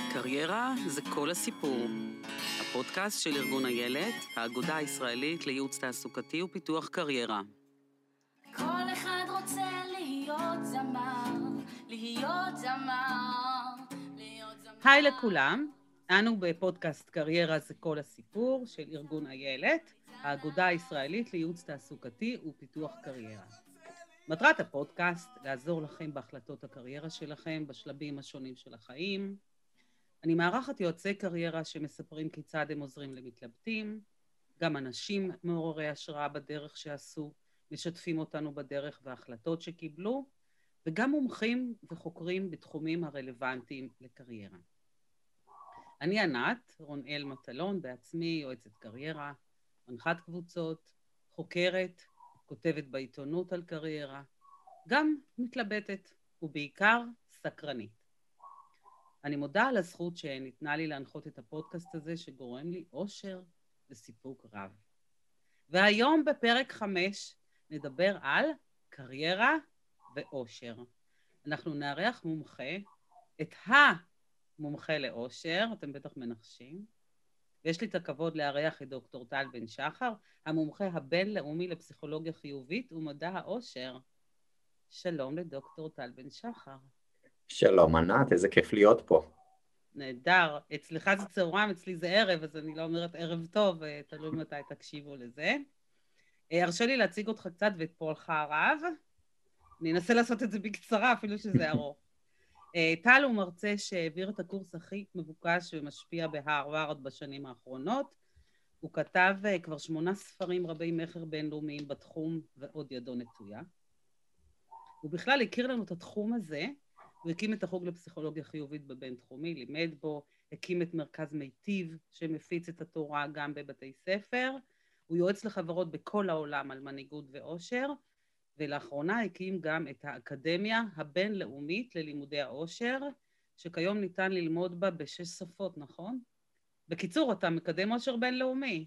קריירה זה כל הסיפור. הפודקאסט של ארגון איילת, האגודה הישראלית לייעוץ תעסוקתי ופיתוח קריירה. כל אחד רוצה להיות זמר. היי לכולם, אנו בפודקאסט קריירה זה כל הסיפור של ארגון איילת, האגודה הישראלית לייעוץ תעסוקתי ופיתוח קריירה. מטרת הפודקאסט לעזור לכם בהחלטות הקריירה שלכם בשלבים השונים של החיים. אני מארחת יועצי קריירה שמספרים כיצד הם עוזרים למתלבטים, גם אנשים מעוררי השראה בדרך שעשו, משתפים אותנו בדרך וההחלטות שקיבלו, וגם מומחים וחוקרים בתחומים הרלוונטיים לקריירה. אני ענת, רונאל מטלון, בעצמי יועצת קריירה, מנחת קבוצות, חוקרת, כותבת בעיתונות על קריירה, גם מתלבטת ובעיקר סקרנית. אני מודה על הזכות שניתנה לי להנחות את הפודקאסט הזה שגורם לי אושר וסיפוק רב. והיום בפרק 5 נדבר על קריירה ואושר. אנחנו נארח מומחה, את המומחה לאושר, אתם בטח מנחשים, ויש לי את הכבוד לארח את דוקטור טל בן שחר, המומחה הבינלאומי לפסיכולוגיה חיובית ומדע האושר. שלום לדוקטור טל בן שחר. שלום ענת, איזה כיף להיות פה. נהדר, אצלך זה צהריים, אצלי זה ערב, אז אני לא אומרת ערב טוב, תלוי מתי תקשיבו לזה. הרשה לי להציג אותך קצת ואת פועלך הרב. אני אנסה לעשות את זה בקצרה, אפילו שזה ארוך. טל הוא מרצה שהעביר את הקורס הכי מבוקש ומשפיע בהרווארד בשנים האחרונות. הוא כתב כבר 8 ספרים רבי מחר בינלאומיים בתחום ועוד ידו נטויה. הוא בכלל הכיר לנו את התחום הזה, הוא הקים את החוג לפסיכולוגיה חיובית בבינתחומי, לימד בו, הקים את מרכז מיטיב שמפיץ את התורה גם בבתי ספר, הוא יועץ לחברות בכל העולם על מנהיגות ואושר, ולאחרונה הקים גם את האקדמיה הבינלאומית ללימודי האושר, שכיום ניתן ללמוד בה ב6 שפות, נכון? בקיצור, אתה מקדם אושר בינלאומי.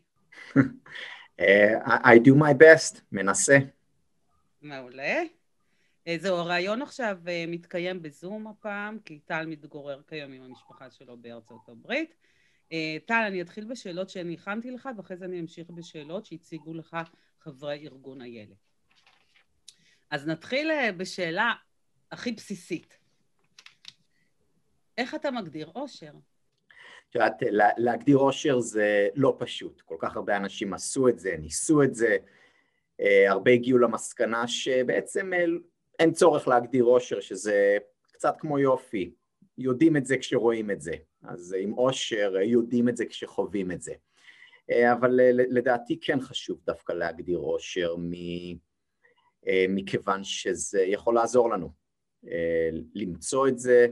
I do my best, מנסה. מעולה. זהו, הרעיון עכשיו מתקיים בזום הפעם, כי טל מתגורר כיום עם המשפחה שלו בארצות הברית. טל, אני אתחיל בשאלות שאני הכנתי לך, ואחרי זה אני אמשיך בשאלות שהציגו לך חברי ארגון איילת. אז נתחיל בשאלה הכי בסיסית. איך אתה מגדיר אושר? להגדיר אושר זה לא פשוט. כל כך הרבה אנשים עשו את זה, ניסו את זה. הרבה הגיעו למסקנה שבעצם אין צורך להגדיר אושר, שזה קצת כמו יופי. יודעים את זה כשרואים את זה. אז עם אושר יודעים את זה כשחווים את זה. אבל לדעתי כן חשוב דווקא להגדיר אושר מכיוון שזה יכול לעזור לנו למצוא את זה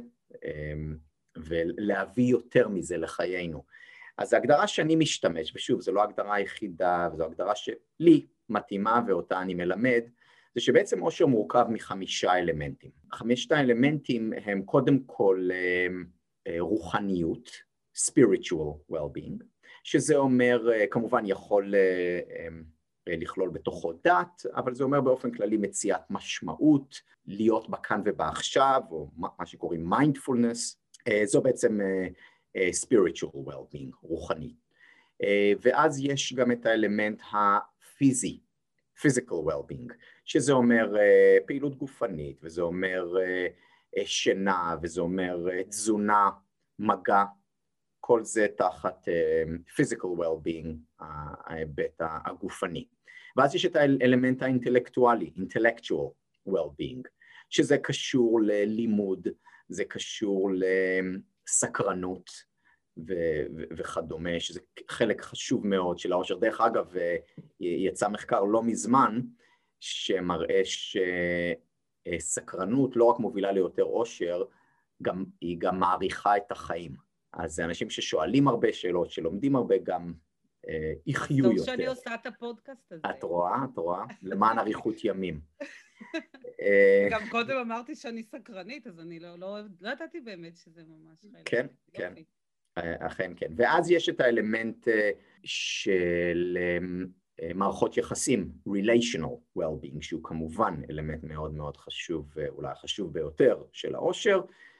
ולהביא יותר מזה לחיינו. אז ההגדרה שאני משתמש, ושוב, זו לא ההגדרה היחידה, וזו הגדרה שלי מתאימה ואותה אני מלמד, זה שבעצם אושר מורכב מ5 אלמנטים. 5 האלמנטים הם קודם כל רוחניות, spiritual well-being, שזה אומר, כמובן יכול לכלול בתוכו דת, אבל זה אומר באופן כללי מציאת משמעות, להיות בכאן ובעכשיו, או מה שקוראים mindfulness, זו בעצם spiritual well-being, רוחני. ואז יש גם את האלמנט הפיזי, physical well-being, שזה אומר פעילות גופנית, וזה אומר שינה, וזה אומר תזונה, מגע, כל זה תחת physical well-being, ההיבט הגופני. ואז יש את האלמנט האינטלקטואלי, intellectual well-being, שזה קשור ללימוד, זה קשור לסקרנות וכדומה, שזה חלק חשוב מאוד של האושר. דרך אגב, יצא מחקר לא מזמן, שמראה שסקרנות לא רק מובילה ליותר אושר, היא גם מעריכה את החיים. אז אנשים ששואלים הרבה שאלות, שלומדים הרבה, גם יחיו יותר. טוב שאני עושה את הפודקאסט הזה. את רואה, למען אריכות ימים. גם קודם אמרתי שאני סקרנית, אז אני לא ידעתי באמת שזה ממש חלק. כן, אכן כן. ואז יש את האלמנט של מערכות יחסים, relational well-being, שהוא כמובן אלמנט מאוד מאוד חשוב, אולי החשוב ביותר של האושר,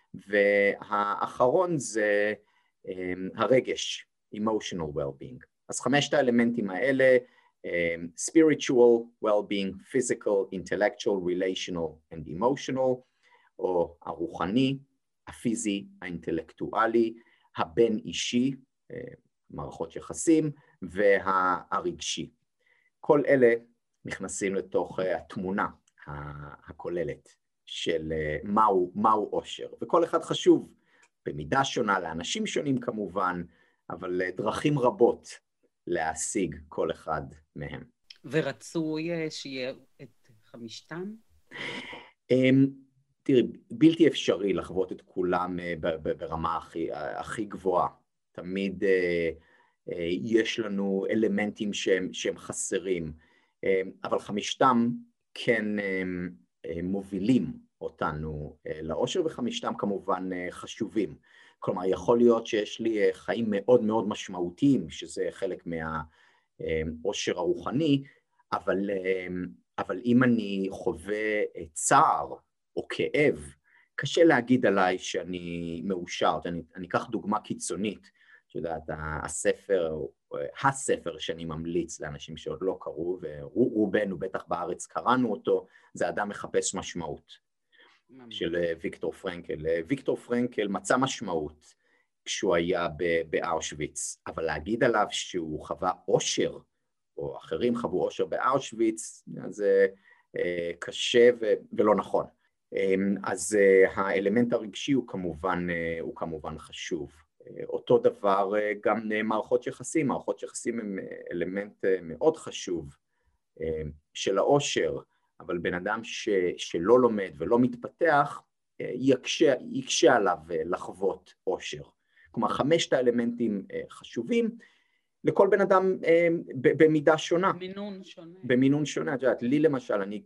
והאחרון זה הרגש, emotional well-being. אז 5 האלמנטים האלה, spiritual well-being, physical, intellectual, relational and emotional, או הרוחני, הפיזי, האינטלקטואלי, הבין אישי, מערכות יחסים, והרגשי. כל אלה נכנסים לתוך התמונה הכוללת של מהו אושר. וכל אחד חשוב במידה שונה, לאנשים שונים כמובן, אבל דרכים רבות להשיג כל אחד מהם. ורצוי שיהיה את 5? תראי, בלתי אפשרי לחוות את כולם ברמה הכי גבוהה. תמיד יש לנו אלמנטים שהם חסרים, אבל 5 כן מובילים אותנו לאושר, ו5 כמובן חשובים. כלומר, יכול להיות שיש לי חיים מאוד מאוד משמעותיים, שזה חלק מהאושר הרוחני, אבל אם אני חווה צער או כאב, קשה להגיד עליי שאני מאושר. אני אקח דוגמה קיצונית, שיודעת, הספר שאני ממליץ לאנשים שעוד לא קראו, ורובנו בטח בארץ קראנו אותו, זה אדם מחפש משמעות, של ויקטור פרנקל. ויקטור פרנקל מצא משמעות כשהוא היה באושוויץ, אבל להגיד עליו שהוא חווה אושר, או אחרים חוו אושר באושוויץ, זה קשה ולא נכון. אז האלמנט הרגשי הוא כמובן חשוב. אותו דבר גם מערכות יחסים. מערכות יחסים הם אלמנט מאוד חשוב של האושר, אבל בן אדם שלא לומד ולא מתפתח, יקשה עליו לחוות אושר. כלומר, 5 האלמנטים חשובים, לכל בן אדם במידה שונה. במינון שונה. את יודעת, לי למשל, אני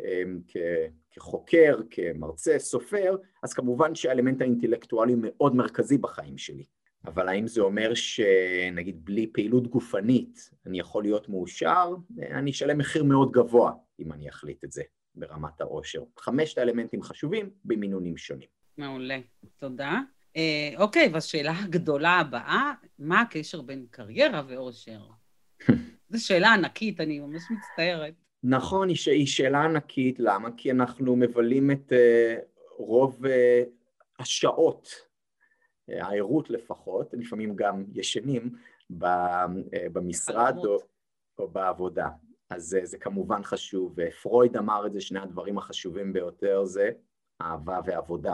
כחוקר, כמרצה, סופר, אז כמובן שהאלמנט האינטלקטואלי מאוד מרכזי בחיים שלי. אבל האם זה אומר שנגיד בלי פעילות גופנית אני יכול להיות מאושר? אני אשלם מחיר מאוד גבוה אם אני אחליט את זה ברמת האושר. 5 האלמנטים חשובים במינונים שונים. מעולה, תודה. אוקיי, והשאלה הגדולה הבאה, מה הקשר בין קריירה ואושר? זו שאלה ענקית, אני ממש מצטערת. נכון, היא שאלה ענקית. למה? כי אנחנו מבלים את רוב השעות, העירות לפחות, לפעמים גם ישנים, במשרד או בעבודה. אז זה כמובן חשוב. פרויד אמר את זה, 2 הדברים החשובים ביותר זה אהבה ועבודה.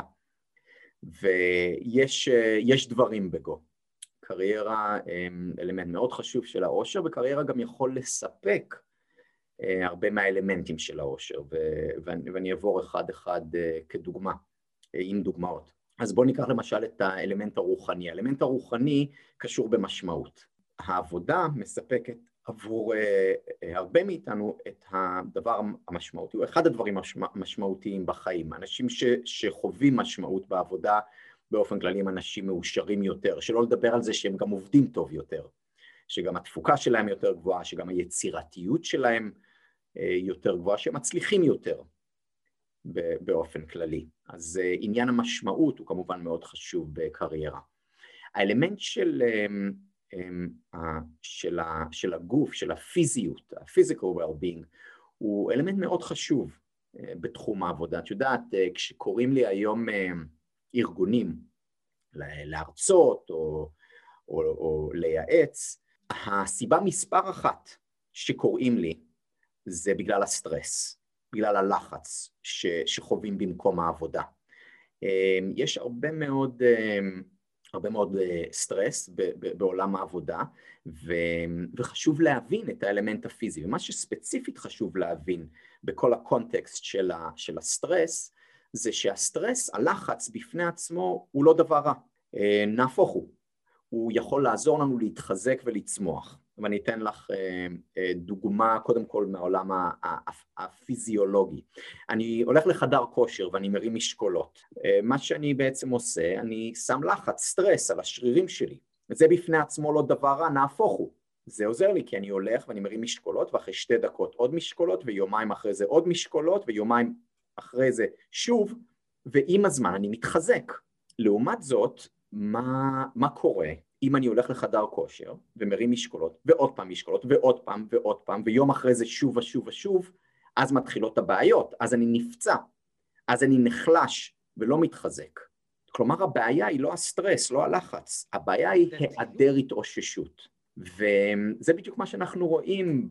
ויש דברים בגו. קריירה אלמנט מאוד חשוב של האושר, וקריירה גם יכול לספק הרבה מהאלמנטים של האושר, ואני אעבור אחד כדוגמה, עם דוגמאות. אז בואו ניקח למשל את האלמנט הרוחני. האלמנט הרוחני קשור במשמעות. העבודה מספקת עבור הרבה מאיתנו את הדבר המשמעותי, הוא אחד הדברים המשמעותיים בחיים. אנשים שחווים משמעות בעבודה באופן כללי הם אנשים מאושרים יותר, שלא לדבר על זה שהם גם עובדים טוב יותר, שגם התפוקה שלהם יותר גבוהה, שגם היצירתיות שלהם יותר גבוהה, שהם מצליחים יותר באופן כללי. אז עניין המשמעות הוא כמובן מאוד חשוב בקריירה. האלמנט של הגוף, של הפיזיות, ה-physical well-being, הוא אלמנט מאוד חשוב בתחום העבודה. את יודעת, כשקוראים לי היום ארגונים להרצות או לייעץ, הסיבה מספר 1 שקוראים לי זה בגלל הסטרס, בגלל הלחץ שחווים במקום העבודה. יש הרבה מאוד סטרס בעולם העבודה, וחשוב להבין את האלמנט הפיזי. ומה שספציפית חשוב להבין בכל הקונטקסט של הסטרס, זה שהסטרס, הלחץ בפני עצמו, הוא לא דבר רע. נהפוך הוא יכול לעזור לנו להתחזק ולצמוח. ואני אתן לך דוגמה קודם כל מהעולם הפיזיולוגי. אני הולך לחדר כושר ואני מרים משקולות. מה שאני בעצם עושה, אני שם לחץ, סטרס על השרירים שלי. זה בפני עצמו לא דבר רע, נהפוך הוא. זה עוזר לי כי אני הולך ואני מרים משקולות, ואחרי 2 דקות עוד משקולות, ויומיים אחרי זה עוד משקולות, ויומיים אחרי זה שוב, ועם הזמן אני מתחזק. לעומת זאת, מה קורה אם אני הולך לחדר כושר ומרים משקולות, ועוד פעם משקולות, ועוד פעם ועוד פעם, ויום אחרי זה שוב ושוב ושוב, אז מתחילות הבעיות, אז אני נפצע, אז אני נחלש ולא מתחזק. כלומר, הבעיה היא לא הסטרס, לא הלחץ, הבעיה היא היעדר התאוששות. וזה בדיוק מה שאנחנו רואים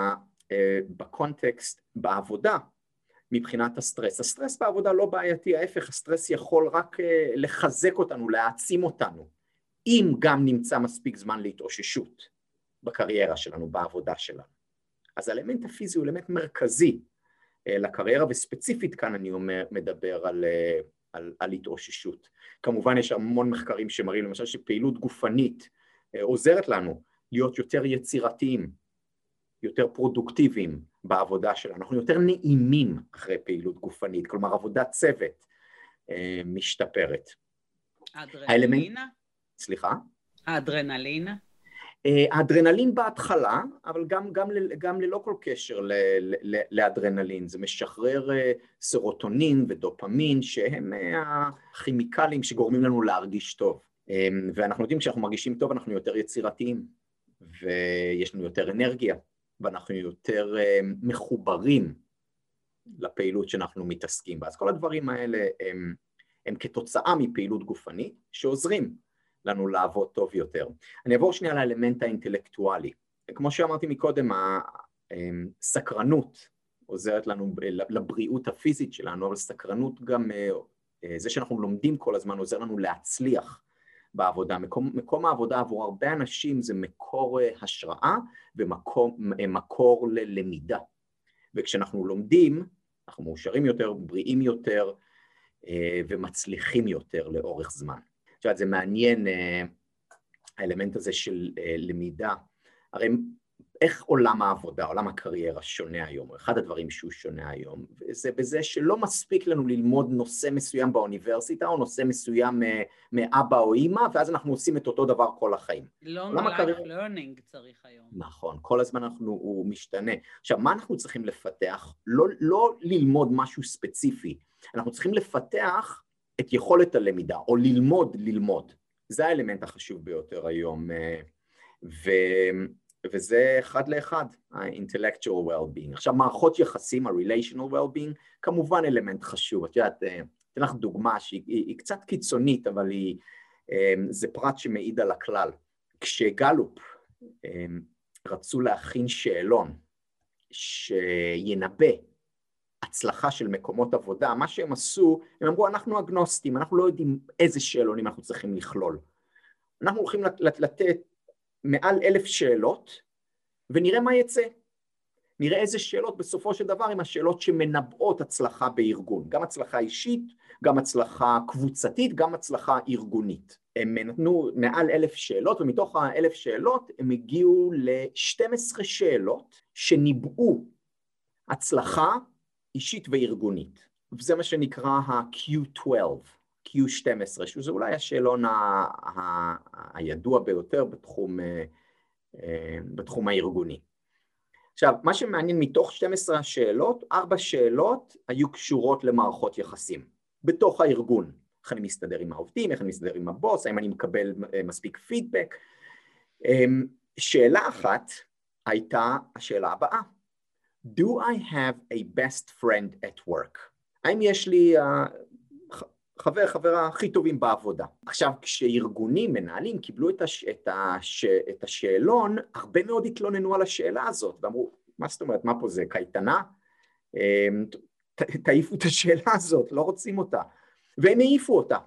בקונטקסט בעבודה, מבחינת הסטרס. הסטרס בעבודה לא בעייתי, ההפך, הסטרס יכול רק לחזק אותנו, להעצים אותנו, אם גם נמצא מספיק זמן להתאוששות בקריירה שלנו, בעבודה שלנו. אז האלמנט הפיזי הוא אלמנט מרכזי לקריירה, וספציפית כאן אני מדבר על התאוששות. כמובן יש המון מחקרים שמראים למשל שפעילות גופנית עוזרת לנו להיות יותר יצירתיים, יותר פרודוקטיביים בעבודה שלנו, אנחנו יותר נעימים אחרי פעילות גופנית, כלומר עבודת צוות משתפרת. האדרנלין? סליחה? האדרנלין? האדרנלין בהתחלה, אבל גם ללא כל קשר לאדרנלין, זה משחרר סרוטונין ודופמין, שהם הכימיקלים שגורמים לנו להרגיש טוב. ואנחנו יודעים כשאנחנו מרגישים טוב, אנחנו יותר יצירתיים, ויש לנו יותר אנרגיה, ואנחנו יותר מחוברים לפעילות שאנחנו מתעסקים בה. אז כל הדברים האלה הם כתוצאה מפעילות גופנית שעוזרים לנו לעבוד טוב יותר. אני אעבור שנייה לאלמנט האינטלקטואלי. כמו שאמרתי מקודם, הסקרנות עוזרת לנו לבריאות הפיזית שלנו, אבל סקרנות גם, זה שאנחנו לומדים כל הזמן עוזר לנו להצליח בעבודה. מקום העבודה עבור הרבה אנשים זה מקור השראה ומקור ללמידה. וכשאנחנו לומדים, אנחנו מאושרים יותר, בריאים יותר ומצליחים יותר לאורך זמן. עכשיו, זה מעניין, האלמנט הזה של למידה. הרי איך עולם העבודה, עולם הקריירה שונה היום? אחד הדברים שהוא שונה היום, זה בזה שלא מספיק לנו ללמוד נושא מסוים באוניברסיטה, או נושא מסוים מאבא או אמא, ואז אנחנו עושים את אותו דבר כל החיים. לא life learning צריך היום. נכון, כל הזמן הוא משתנה. עכשיו, מה אנחנו צריכים לפתח? לא ללמוד משהו ספציפי, אנחנו צריכים לפתח את יכולת הלמידה, או ללמוד. זה האלמנט החשוב ביותר היום, וזה אחד לאחד, ה-intellectual well-being. עכשיו, מערכות יחסים, ה-relational well-being, כמובן אלמנט חשוב. את יודעת, אתן לך דוגמה שהיא קצת קיצונית, אבל זה פרט שמעיד על הכלל. כשגלופ רצו להכין שאלון שינבא הצלחה של מקומות עבודה, מה שהם עשו, הם אמרו, אנחנו אגנוסטים, אנחנו לא יודעים איזה שאלונים אנחנו צריכים לכלול. אנחנו הולכים לתת מעל 1,000 שאלות, ונראה מה יצא. נראה איזה שאלות בסופו של דבר עם השאלות שמנבאות הצלחה בארגון. גם הצלחה אישית, גם הצלחה קבוצתית, גם הצלחה ארגונית. הם נתנו מעל 1,000 שאלות, ומתוך ה-1,000 שאלות הם הגיעו ל-12 שאלות שניבאו הצלחה אישית וארגונית. וזה מה שנקרא ה-Q12, Q12, שזה אולי השאלון הידוע ביותר בתחום הארגוני. עכשיו, מה שמעניין מתוך 12 השאלות, 4 שאלות היו קשורות למערכות יחסים, בתוך הארגון. איך אני מסתדר עם העובדים, איך אני מסתדר עם הבוס, האם אני מקבל מספיק פידבק. שאלה אחת הייתה השאלה הבאה. Do I have a best friend at work? האם יש לי חברה הכי טובים בעבודה? עכשיו, כשארגונים, מנהלים, קיבלו את השאלון, הרבה מאוד התלוננו על השאלה הזאת, ואמרו, מה זאת אומרת, מה פה זה, קייטנה? תעיפו את השאלה הזאת, לא רוצים אותה. והם העיפו אותה.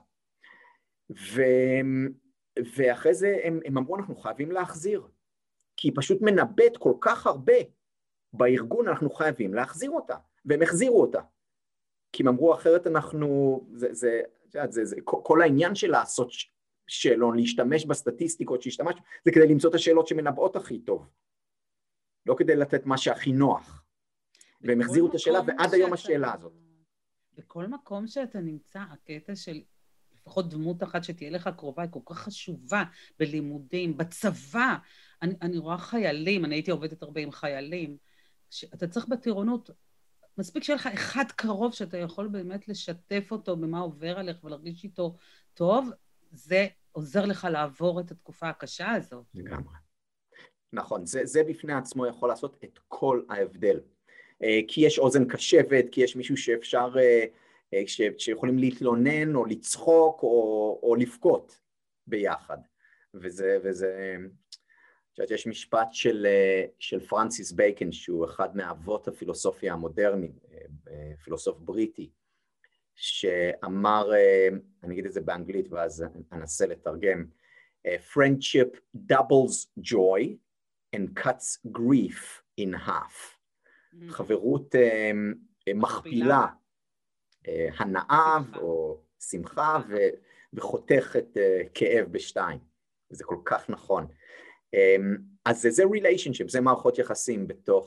ואחרי זה הם אמרו, אנחנו חייבים להחזיר, כי היא פשוט מנבאת כל כך הרבה בארגון, אנחנו חייבים להחזיר אותה, והם החזירו אותה. כי הם אמרו, אחרת אנחנו, כל העניין של לעשות שאלון, להשתמש בסטטיסטיקות שהשתמש, זה כדי למצוא את השאלות שמנבאות הכי טוב, לא כדי לתת מה שהכי נוח. והם החזירו את השאלה, ועד היום השאלה הזאת. בכל מקום שאתה נמצא, הקטע של לפחות דמות אחת שתהיה לך קרובה, היא כל כך חשובה, בלימודים, בצבא. אני רואה חיילים, אני הייתי עובדת הרבה עם חיילים, שאתה צריך בטירונות, מספיק שיהיה לך אחד קרוב שאתה יכול באמת לשתף אותו במה עובר עליך ולהרגיש איתו טוב, זה עוזר לך לעבור את התקופה הקשה הזאת. לגמרי. נכון, זה בפני עצמו יכול לעשות את כל ההבדל. כי יש אוזן קשבת, כי יש מישהו שאפשר, שיכולים להתלונן או לצחוק או לבכות ביחד. וזה, יש משפט של פרנסיס בייקן, שהוא אחד מאבות הפילוסופיה המודרנית, פילוסוף בריטי, שאמר, אני אגיד את זה באנגלית ואז אנסה לתרגם, friendship doubles joy and cuts grief in half. חברות מכפילה הנאה או שמחה וחותך את כאב בשתיים. זה כל כך נכון. אז זה relationship, זה מערכות יחסים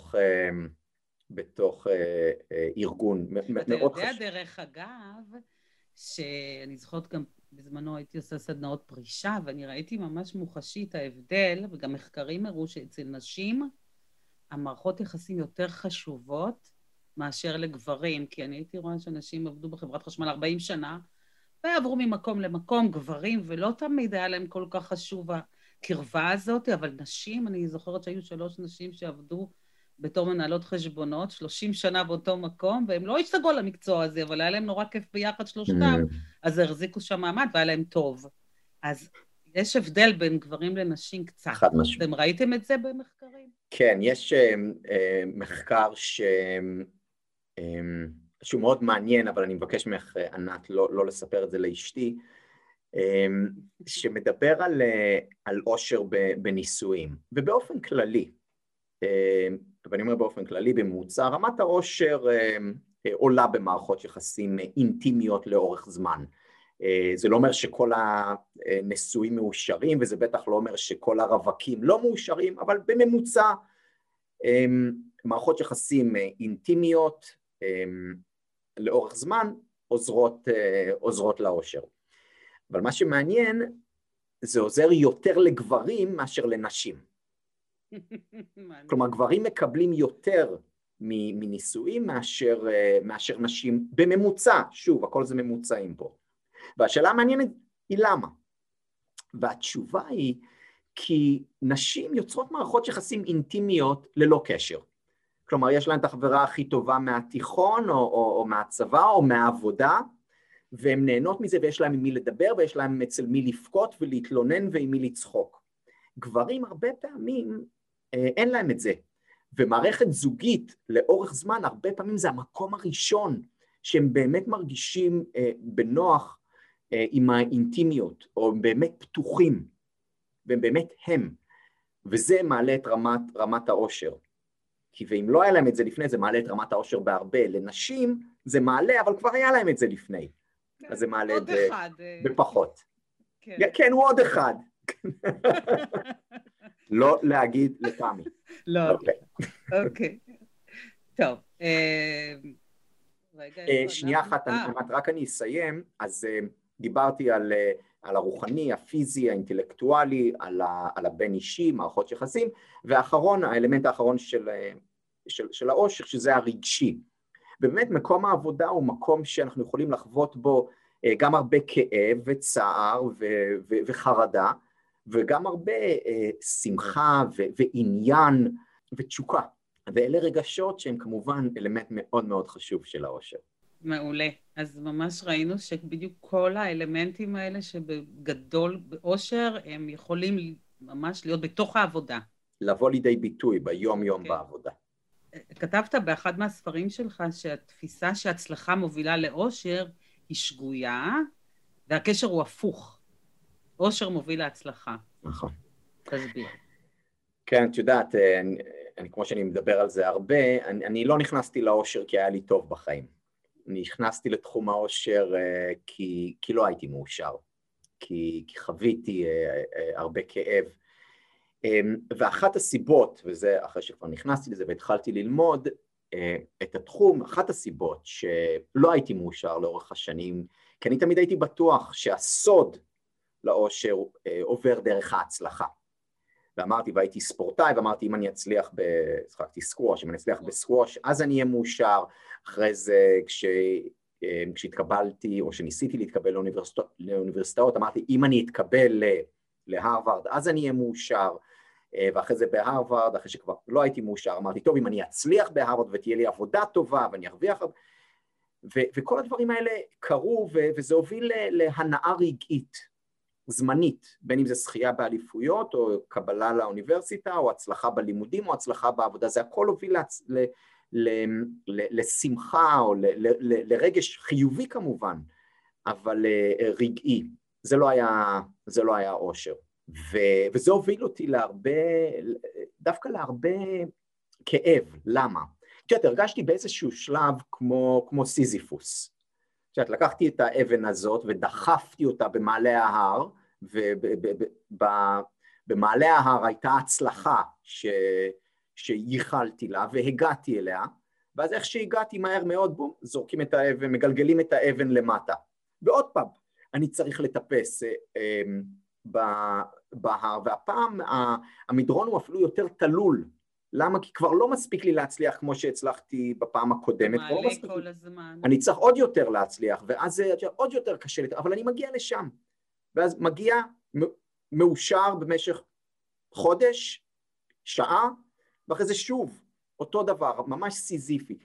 בתוך ארגון. אתה יודע דרך אגב, שאני זוכרת גם בזמנו הייתי עושה סדנאות פרישה, ואני ראיתי ממש מוחשית ההבדל, וגם מחקרים הראו שאצל נשים, המערכות יחסים יותר חשובות מאשר לגברים, כי אני הייתי רואה שאנשים עבדו בחברת חשמל 40 שנה, ועברו ממקום למקום, גברים, ולא תמיד היה להם כל כך חשוב הקרבה הזאת, אבל נשים, אני זוכרת שהיו 3 נשים שעבדו בתור מנהלות חשבונות, 30 שנה באותו מקום, והם לא השתגעו למקצוע הזה, אבל היה להם נורא כיף ביחד שלושתם, אז החזיקו שם מעמד והיה להם טוב. אז יש הבדל בין גברים לנשים קצת. חד משמעית. אתם ראיתם את זה במחקרים? כן, יש מחקר שהוא מאוד מעניין, אבל אני מבקש ממך, ענת, לא לספר את זה לאשתי, שמדבר על עושר בנישואים, ובאופן כללי, ואני אומר באופן כללי, בממוצע, רמת העושר עולה במערכות יחסים אינטימיות לאורך זמן. זה לא אומר שכל הנשואים מאושרים, וזה בטח לא אומר שכל הרווקים לא מאושרים, אבל בממוצע מערכות יחסים אינטימיות לאורך זמן עוזרות לעושר. אבל מה שמעניין, זה עוזר יותר לגברים מאשר לנשים. כלומר, גברים מקבלים יותר מנישואים מאשר נשים בממוצע. שוב, הכל זה ממוצעים פה. והשאלה המעניינת היא למה? והתשובה היא כי נשים יוצרות מערכות יחסים אינטימיות ללא קשר. כלומר, יש להן את החברה הכי טובה מהתיכון או מהצבא או מהעבודה, והן נהנות מזה ויש להם עם מי לדבר ויש להם אצל מי לפקות ולהתלונן ועם מי לצחוק. גברים הרבה פעמים אין להם את זה, ומערכת זוגית לאורך זמן הרבה פעמים זה המקום הראשון שהם באמת מרגישים בנוח עם האינטימיות, או הם באמת פתוחים, והם באמת הם, וזה מעלה את רמת העושר. כי ואם לא היה להם את זה לפני, זה מעלה את רמת העושר בהרבה. לנשים זה מעלה, אבל כבר היה להם את זה לפני. אז זה מעלה את זה בפחות. כן, הוא עוד אחד. לא להגיד לתמי. לא. אוקיי. טוב. שנייה אחת, רק אני אסיים, אז דיברתי על הרוחני, הפיזי, האינטלקטואלי, על הבין אישי, מערכות יחסים, והאחרון, האלמנט האחרון של העושר, שזה הרגשי. ובאמת מקום העבודה הוא מקום שאנחנו יכולים לחוות בו גם הרבה כאב וצער וחרדה, וגם הרבה שמחה ועניין ותשוקה. ואלה רגשות שהם כמובן אלמנט מאוד מאוד חשוב של העושר. מעולה. אז ממש ראינו שבדיוק כל האלמנטים האלה שבגדול בעושר, הם יכולים ממש להיות בתוך העבודה. לבוא לידי ביטוי ביום-יום בעבודה. כתבת באחד מהספרים שלך שהתפיסה שהצלחה מובילה לעושר היא שגויה, והקשר הוא הפוך. עושר מוביל להצלחה. נכון. תסביר. כן, את יודעת, כמו שאני מדבר על זה הרבה, אני לא נכנסתי לעושר כי היה לי טוב בחיים. אני נכנסתי לתחום העושר כי לא הייתי מאושר, כי חוויתי הרבה כאב. ואחת הסיבות, וזה אחרי שכבר נכנסתי לזה והתחלתי ללמוד את התחום, אחת הסיבות שלא הייתי מאושר לאורך השנים, כי אני תמיד הייתי בטוח שהסוד לעושר עובר דרך ההצלחה. ואמרתי, והייתי ספורטאי, ואמרתי, אם אני אצליח שחקתי סקווש, אם אני אצליח בסקווש, אז אני אהיה מאושר. אחרי זה, כשהתקבלתי, או שניסיתי להתקבל לאוניברסיטאות, אמרתי, אם אני אתקבל להרווארד, אז אני אהיה מאושר. ואחרי זה בהרווארד, אחרי שכבר לא הייתי מאושר, אמרתי, טוב, אם אני אצליח בהרווארד ותהיה לי עבודה טובה, ואני ארוויח, וכל הדברים האלה קרו, וזה הוביל להנאה רגעית. זמנית, בין אם זה שחייה באליפויות, או קבלה לאוניברסיטה, או הצלחה בלימודים, או הצלחה בעבודה, זה הכל הוביל לשמחה, או לרגש חיובי כמובן, אבל רגעי, זה לא היה אושר, וזה הוביל אותי דווקא להרבה כאב. למה? הרגשתי באיזשהו שלב כמו סיזיפוס, לקחתי את האבן הזאת ודחפתי אותה במעלה ההר, ובמעלה ההר הייתה הצלחה שייחלתי לה והגעתי אליה, ואז איך שהגעתי מהר מאוד, בום, זורקים את האבן, מגלגלים את האבן למטה. ועוד פעם, אני צריך לטפס בהר, והפעם המדרון הוא אפילו יותר תלול. למה? כי כבר לא מספיק לי להצליח כמו שהצלחתי בפעם הקודמת. מעלה כל הזמן. אני צריך עוד יותר להצליח, ואז זה עוד יותר קשה, אבל אני מגיע לשם. ואז מגיע מאושר במשך חודש, שעה, ואחרי זה שוב, אותו דבר, ממש סיזיפי.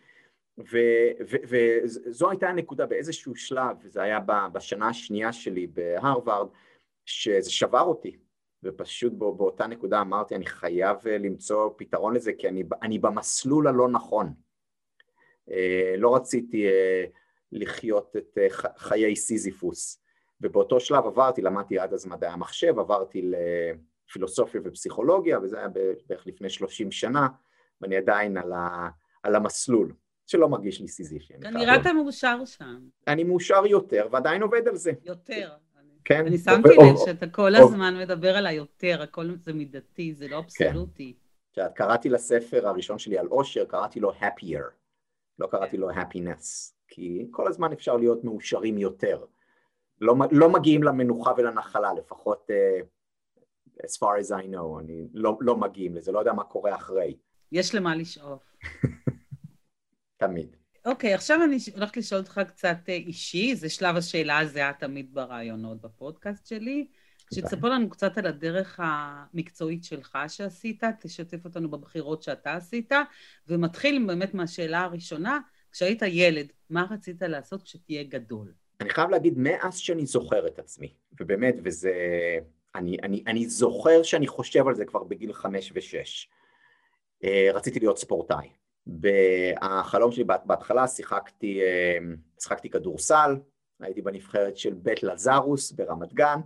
וזו הייתה הנקודה באיזשהו שלב, וזה היה בשנה השנייה שלי בהרווארד, שזה שבר אותי. ופשוט באותה נקודה אמרתי, אני חייב למצוא פתרון לזה, כי אני במסלול הלא נכון. לא רציתי לחיות את חיי סיזיפוס, ובאותו שלב למדתי עד אז מדעי המחשב, עברתי לפילוסופיה ופסיכולוגיה, וזה היה בערך לפני 30 שנה, ואני עדיין על המסלול, שלא מרגיש לי סיזיפי. כנראה אתה מאושר שם. אני מאושר יותר, ועדיין עובד על זה. יותר. כן. אני שמתי לב שאתה כל הזמן מדבר על היותר, הכל זה מידתי, זה לא אבסולוטי. קראתי לספר הראשון שלי על אושר, קראתי לו happier, לא קראתי לו happiness, כי כל הזמן אפשר להיות מאושרים יותר. לא מגיעים למנוחה ולנחלה, לפחות as far as I know, אני לא מגיעים לזה, לא יודע מה קורה אחרי. יש למה לשאוף. תמיד. אוקיי, עכשיו אני הולכת לשאול אותך קצת אישי, זה שלב השאלה הזהה תמיד ברעיונות בפודקאסט שלי, שתספר לנו קצת על הדרך המקצועית שלך שעשית, תשתף אותנו בבחירות שאתה עשית, ומתחיל באמת מהשאלה הראשונה, כשהיית ילד, מה רצית לעשות כשתהיה גדול? אני חייב להגיד, מאז שאני זוכר את עצמי, ובאמת, וזה, אני זוכר שאני חושב על זה כבר בגיל 5 ו-6, רציתי להיות ספורטאי. בחלום שלי בהתחלה שיחקתי כדורסל, הייתי בנבחרת של בית לזרוס ברמת גן,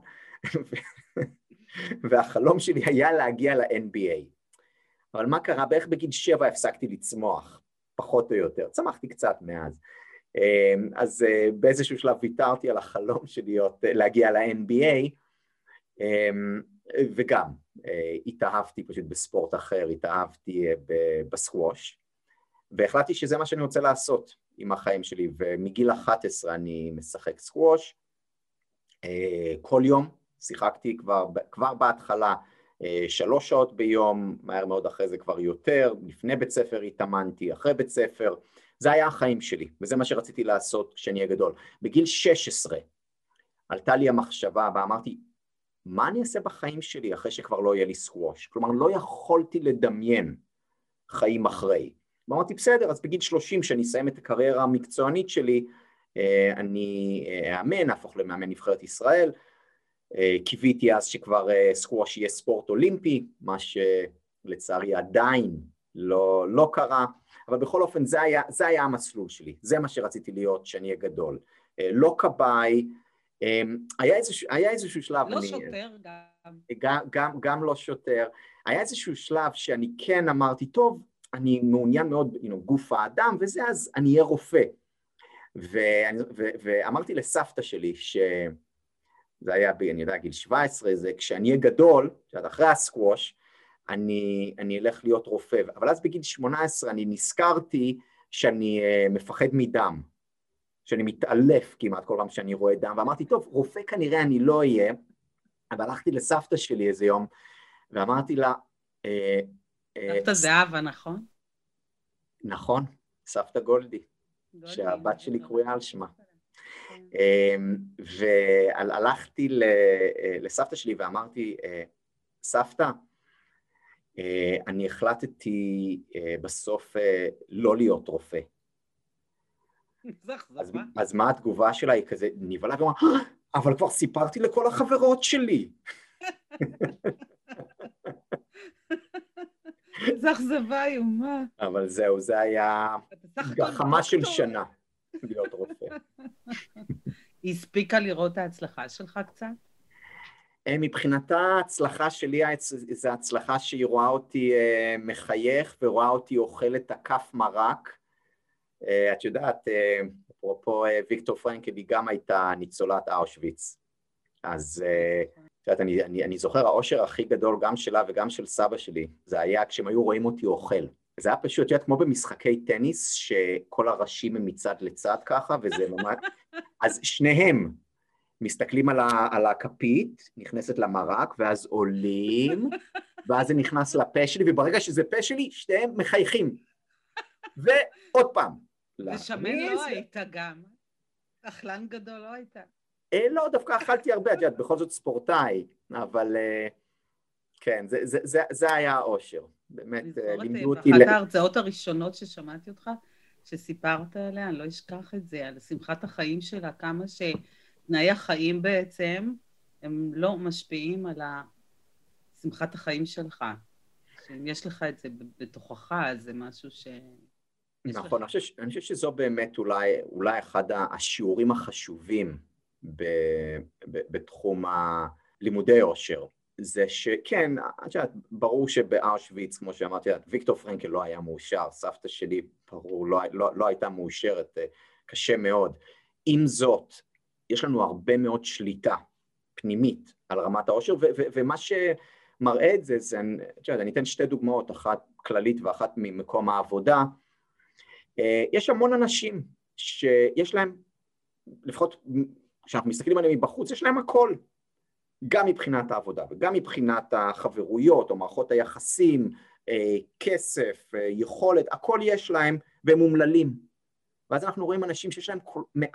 והחלום שלי היה להגיע ל-NBA. אבל מה קרה? בערך בגיל 7 הפסקתי לצמוח, פחות או יותר, צמחתי קצת מאז. אז באיזשהו שלב ויתרתי על החלום שלי להגיע ל-NBA, וגם התאהבתי פשוט בספורט אחר, התאהבתי בסקווש, והחלטתי שזה מה שאני רוצה לעשות עם החיים שלי, ומגיל 11 אני משחק סקווש, כל יום שיחקתי כבר בהתחלה 3 שעות ביום, מהר מאוד אחרי זה כבר יותר, לפני בית ספר התאמנתי, אחרי בית ספר, זה היה החיים שלי, וזה מה שרציתי לעשות כשאני אהיה גדול. בגיל 16 עלתה לי המחשבה, ואמרתי, מה אני אעשה בחיים שלי אחרי שכבר לא יהיה לי סקווש? כלומר, לא יכולתי לדמיין חיים אחרי. ואמרתי, בסדר, אז בגיל 30, שאני אסיים את הקריירה המקצוענית שלי, אני אאמן, אהפוך למאמן נבחרת ישראל, קיוויתי אז שכבר סקווש יהיה ספורט אולימפי, מה שלצערי עדיין לא קרה, אבל בכל אופן זה היה המסלול שלי, זה מה שרציתי להיות שאני אהיה גדול. לא קבאי, היה איזשהו שלב, לא שוטר גם לא שוטר, היה איזשהו שלב שאני כן אמרתי, טוב, אני מעוניין מאוד, גוף האדם וזה, אז אני אהיה רופא. ואמרתי לסבתא שלי, שזה היה, אני יודע, גיל 17, זה כשאני אהיה גדול, אחרי הסקווש, אני אלך להיות רופא. אבל אז בגיל 18 אני נזכרתי שאני מפחד מדם, שאני מתעלף כמעט כל פעם שאני רואה דם, ואמרתי, טוב, רופא כנראה אני לא אהיה, אבל הלכתי לסבתא שלי איזה יום, ואמרתי לה, סבתא זהבה, נכון? נכון, סבתא גולדי, שהבת שלי קרויה על שמה. והלכתי לסבתא שלי ואמרתי, סבתא, אני החלטתי בסוף לא להיות רופא. אז מה התגובה שלה? היא כזה נבהלה ואמרה, אבל כבר סיפרתי לכל החברות שלי. זה אכזבה איומה. אבל זהו, זה היה גחמה של שנה להיות רופא. היא הספיקה לראות את ההצלחה שלך קצת? מבחינתה ההצלחה שלי זה הצלחה שהיא רואה אותי מחייך ורואה אותי אוכל את הכף מרק. את יודעת, אפרופו ויקטור פרנקל, היא גם הייתה ניצולת אושוויץ. אז את יודעת, אני זוכר האושר הכי גדול גם שלה וגם של סבא שלי, זה היה כשהם היו רואים אותי אוכל. זה היה פשוט, את יודעת, כמו במשחקי טניס, שכל הראשים הם מצד לצד ככה, וזה ממש... אז שניהם מסתכלים על הכפית, נכנסת למרק, ואז עולים, ואז זה נכנס לפה שלי, וברגע שזה פה שלי, שניהם מחייכים. ועוד פעם. ושמן לא היית גם. אכלן גדול לא היית. לא, דווקא אכלתי הרבה, את יודעת, בכל זאת ספורטאי, אבל כן, זה היה האושר. באמת, לימדו אותי... באחת ההרצאות הראשונות ששמעתי אותך, שסיפרת עליה, אני לא אשכח את זה, על שמחת החיים שלה, כמה שתנאי החיים בעצם, הם לא משפיעים על שמחת החיים שלך. שאם יש לך את זה בתוכך, זה משהו ש... נכון, אני חושב שזו באמת אולי אחד השיעורים החשובים בתחום הלימודי עושר. זה שכן, ברור שבאושוויץ, כמו שאמרתי, ויקטור פרנקל לא היה מאושר, סבתא שלי, ברור, לא הייתה מאושרת, קשה מאוד. עם זאת, יש לנו הרבה מאוד שליטה פנימית על רמת העושר, ומה שמראה את זה, אני אתן שתי דוגמאות, אחת כללית ואחת ממקום העבודה. יש המון אנשים שיש להם, לפחות כשאנחנו מסתכלים עליהם מבחוץ, יש להם הכל. גם מבחינת העבודה וגם מבחינת החברויות או מערכות היחסים, כסף, יכולת, הכל יש להם והם מומללים. ואז אנחנו רואים אנשים שיש להם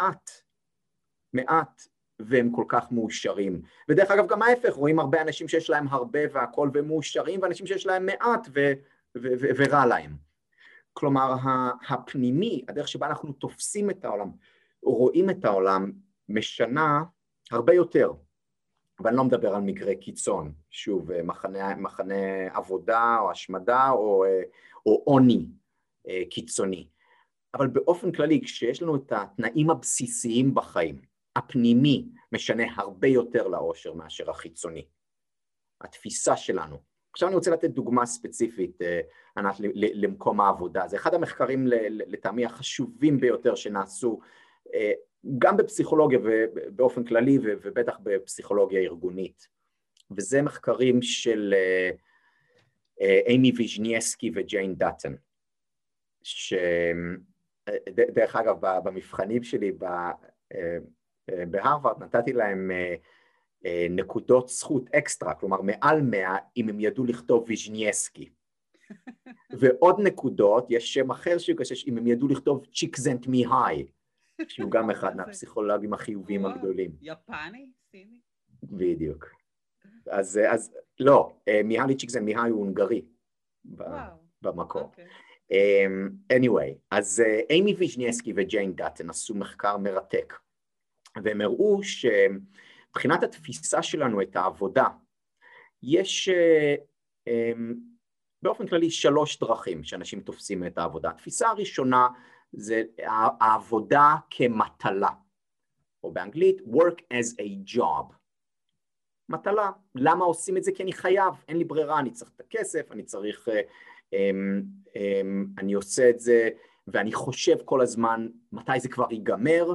מעט והם כל כך מאושרים. ודרך אגב גם ההפך, רואים הרבה אנשים שיש להם הרבה והכל והם מאושרים, ואנשים שיש להם מעט ורע להם. כלומר, הפנימי, הדרך שבה אנחנו תופסים את העולם, או רואים את העולם, משנה הרבה יותר. ואני לא מדבר על מקרה קיצון, שוב, מחנה עבודה או השמדה או עוני קיצוני. אבל באופן כללי, כשיש לנו את התנאים הבסיסיים בחיים, הפנימי משנה הרבה יותר לאושר מאשר החיצוני. התפיסה שלנו. עכשיו אני רוצה לתת דוגמה ספציפית, ענת, למקום העבודה. זה אחד המחקרים לטעמי החשובים ביותר שנעשו, גם בפסיכולוגיה ובאופן כללי ובטח בפסיכולוגיה ארגונית. וזה מחקרים של אימי ויז'ניאסקי וג'יין דאטון, שדרך אגב במבחנים שלי בהרווארד נתתי להם נקודות זכות אקסטרה, כלומר מעל 100 אם הם ידעו לכתוב ויז'ניאסקי. ועוד נקודות, יש שם אחר שקשש אם הם ידעו לכתוב צ'יקזנט מי-היי, שהוא גם אחד מהפסיכולוגים החיוביים הגדולים. יפני? סיני? בדיוק. אז לא, מיהלי צ'יקזנט מי-היי הוא הונגרי במקור. anyway, אז אימי ויז'ניאסקי וג'יין דאטון עשו מחקר מרתק, והם הראו מבחינת התפיסה שלנו את העבודה, יש באופן כללי 3 דרכים שאנשים תופסים את העבודה. התפיסה הראשונה זה העבודה כמטלה, או באנגלית work as a job. מטלה, למה עושים את זה? כי אני חייב, אין לי ברירה, אני צריך את הכסף, אני עושה את זה, ואני חושב כל הזמן מתי זה כבר ייגמר,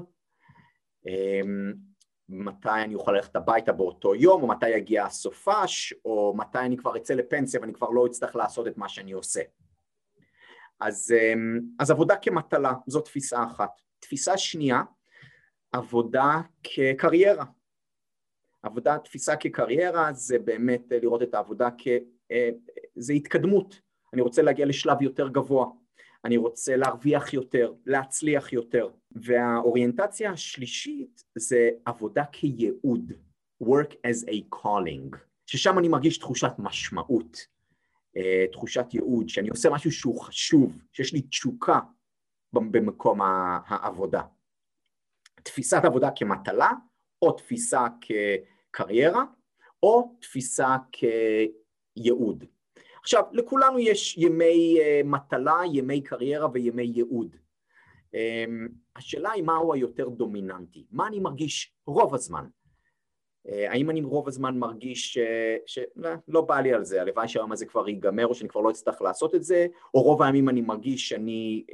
מתי אני אוכל ללכת הביתה באותו יום, או מתי יגיע הסופש, או מתי אני כבר אצא לפנסיה ואני כבר לא אצטרך לעשות את מה שאני עושה. אז עבודה כמטלה, זו תפיסה אחת. תפיסה שנייה, עבודה כקריירה. תפיסה כקריירה זה באמת לראות את העבודה זה התקדמות, אני רוצה להגיע לשלב יותר גבוה, אני רוצה להרוויח יותר, להצליח יותר, והאוריינטציה השלישית זה עבודה כייעוד, work as a calling, ששם אני מרגיש תחושת משמעות, תחושת ייעוד, שאני עושה משהו שהוא חשוב, שיש לי תשוקה במקום העבודה. תפיסת עבודה כמטלה, או תפיסה כקריירה, או תפיסה כייעוד. עכשיו, לכולנו יש ימי מטלה, ימי קריירה וימי ייעוד. השאלה היא מהו היותר דומיננטי, מה אני מרגיש רוב הזמן? האם אני רוב הזמן מרגיש שלא בא לי על זה, הלוואי שהיום הזה כבר ייגמר או שאני כבר לא אצטרך לעשות את זה, או רוב הימים אני מרגיש שאני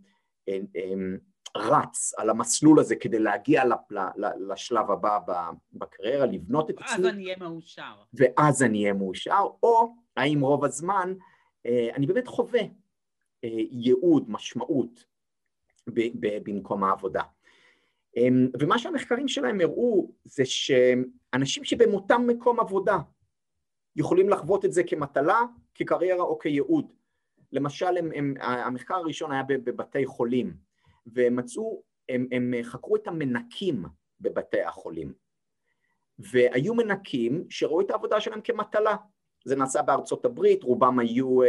רץ על המסלול הזה כדי להגיע לשלב הבא בקריירה, לבנות את עצמי. ואז אני אהיה מאושר. ואז אני אהיה מאושר, או האם רוב הזמן אני באמת חווה ייעוד, משמעות במקום העבודה. ומה שהמחקרים שלהם הראו זה שאנשים שבמותם מקום עבודה יכולים לחוות את זה כמטלה, כקריירה או כייעוד. למשל, המחקר הראשון היה בבתי חולים, ומצאו, הם חקרו את המנקים בבתי החולים, והיו מנקים שראו את העבודה שלהם כמטלה. זה נעשה בארצות הברית, רובם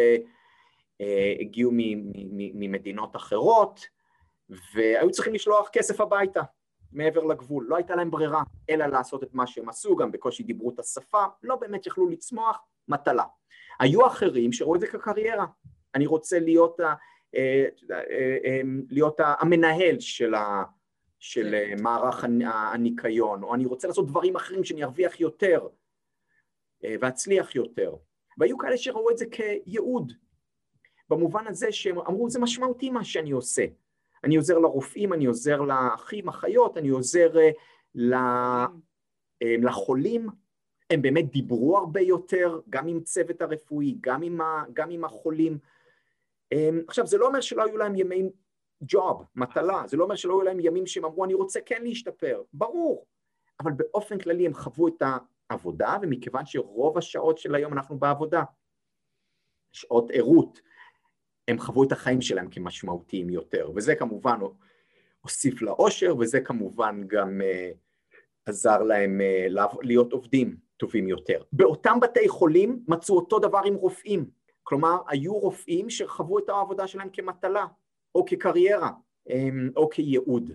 הגיעו ממדינות אחרות, והיו צריכים לשלוח כסף הביתה, מעבר לגבול. לא הייתה להם ברירה, אלא לעשות את מה שהם עשו, גם בקושי דיברו את השפה, לא באמת יכלו לצמוח, מטלה. היו אחרים שראו את זה כקריירה. אני רוצה להיות המנהל של מערך הניקיון, או אני רוצה לעשות דברים אחרים שאני ארוויח יותר, והצליח יותר. והיו כאלה שראו את זה כייעוד, במובן הזה שהם אמרו, זה משמעותי מה שאני עושה. אני עוזר לרופאים, אני עוזר לאחים, אחיות, אני עוזר לחולים, הם באמת דיברו הרבה יותר, גם עם צוות הרפואי, גם עם החולים. עכשיו, זה לא אומר שלא היו להם ימי ג'וב, מטלה, זה לא אומר שלא היו להם ימים שהם אמרו, אני רוצה כן להשתפר, ברור, אבל באופן כללי הם חוו את העבודה, ומכיוון שרוב השעות של היום אנחנו בעבודה, שעות עירות, הם חוו את החיים שלהם כמשמעותיים יותר, וזה כמובן הוסיף לאושר, וזה כמובן גם עזר להם להיות עובדים טובים יותר. באותם בתי חולים מצאו אותו דבר עם רופאים, כלומר היו רופאים שחוו את העבודה שלהם כמטלה, או כקריירה, או כייעוד.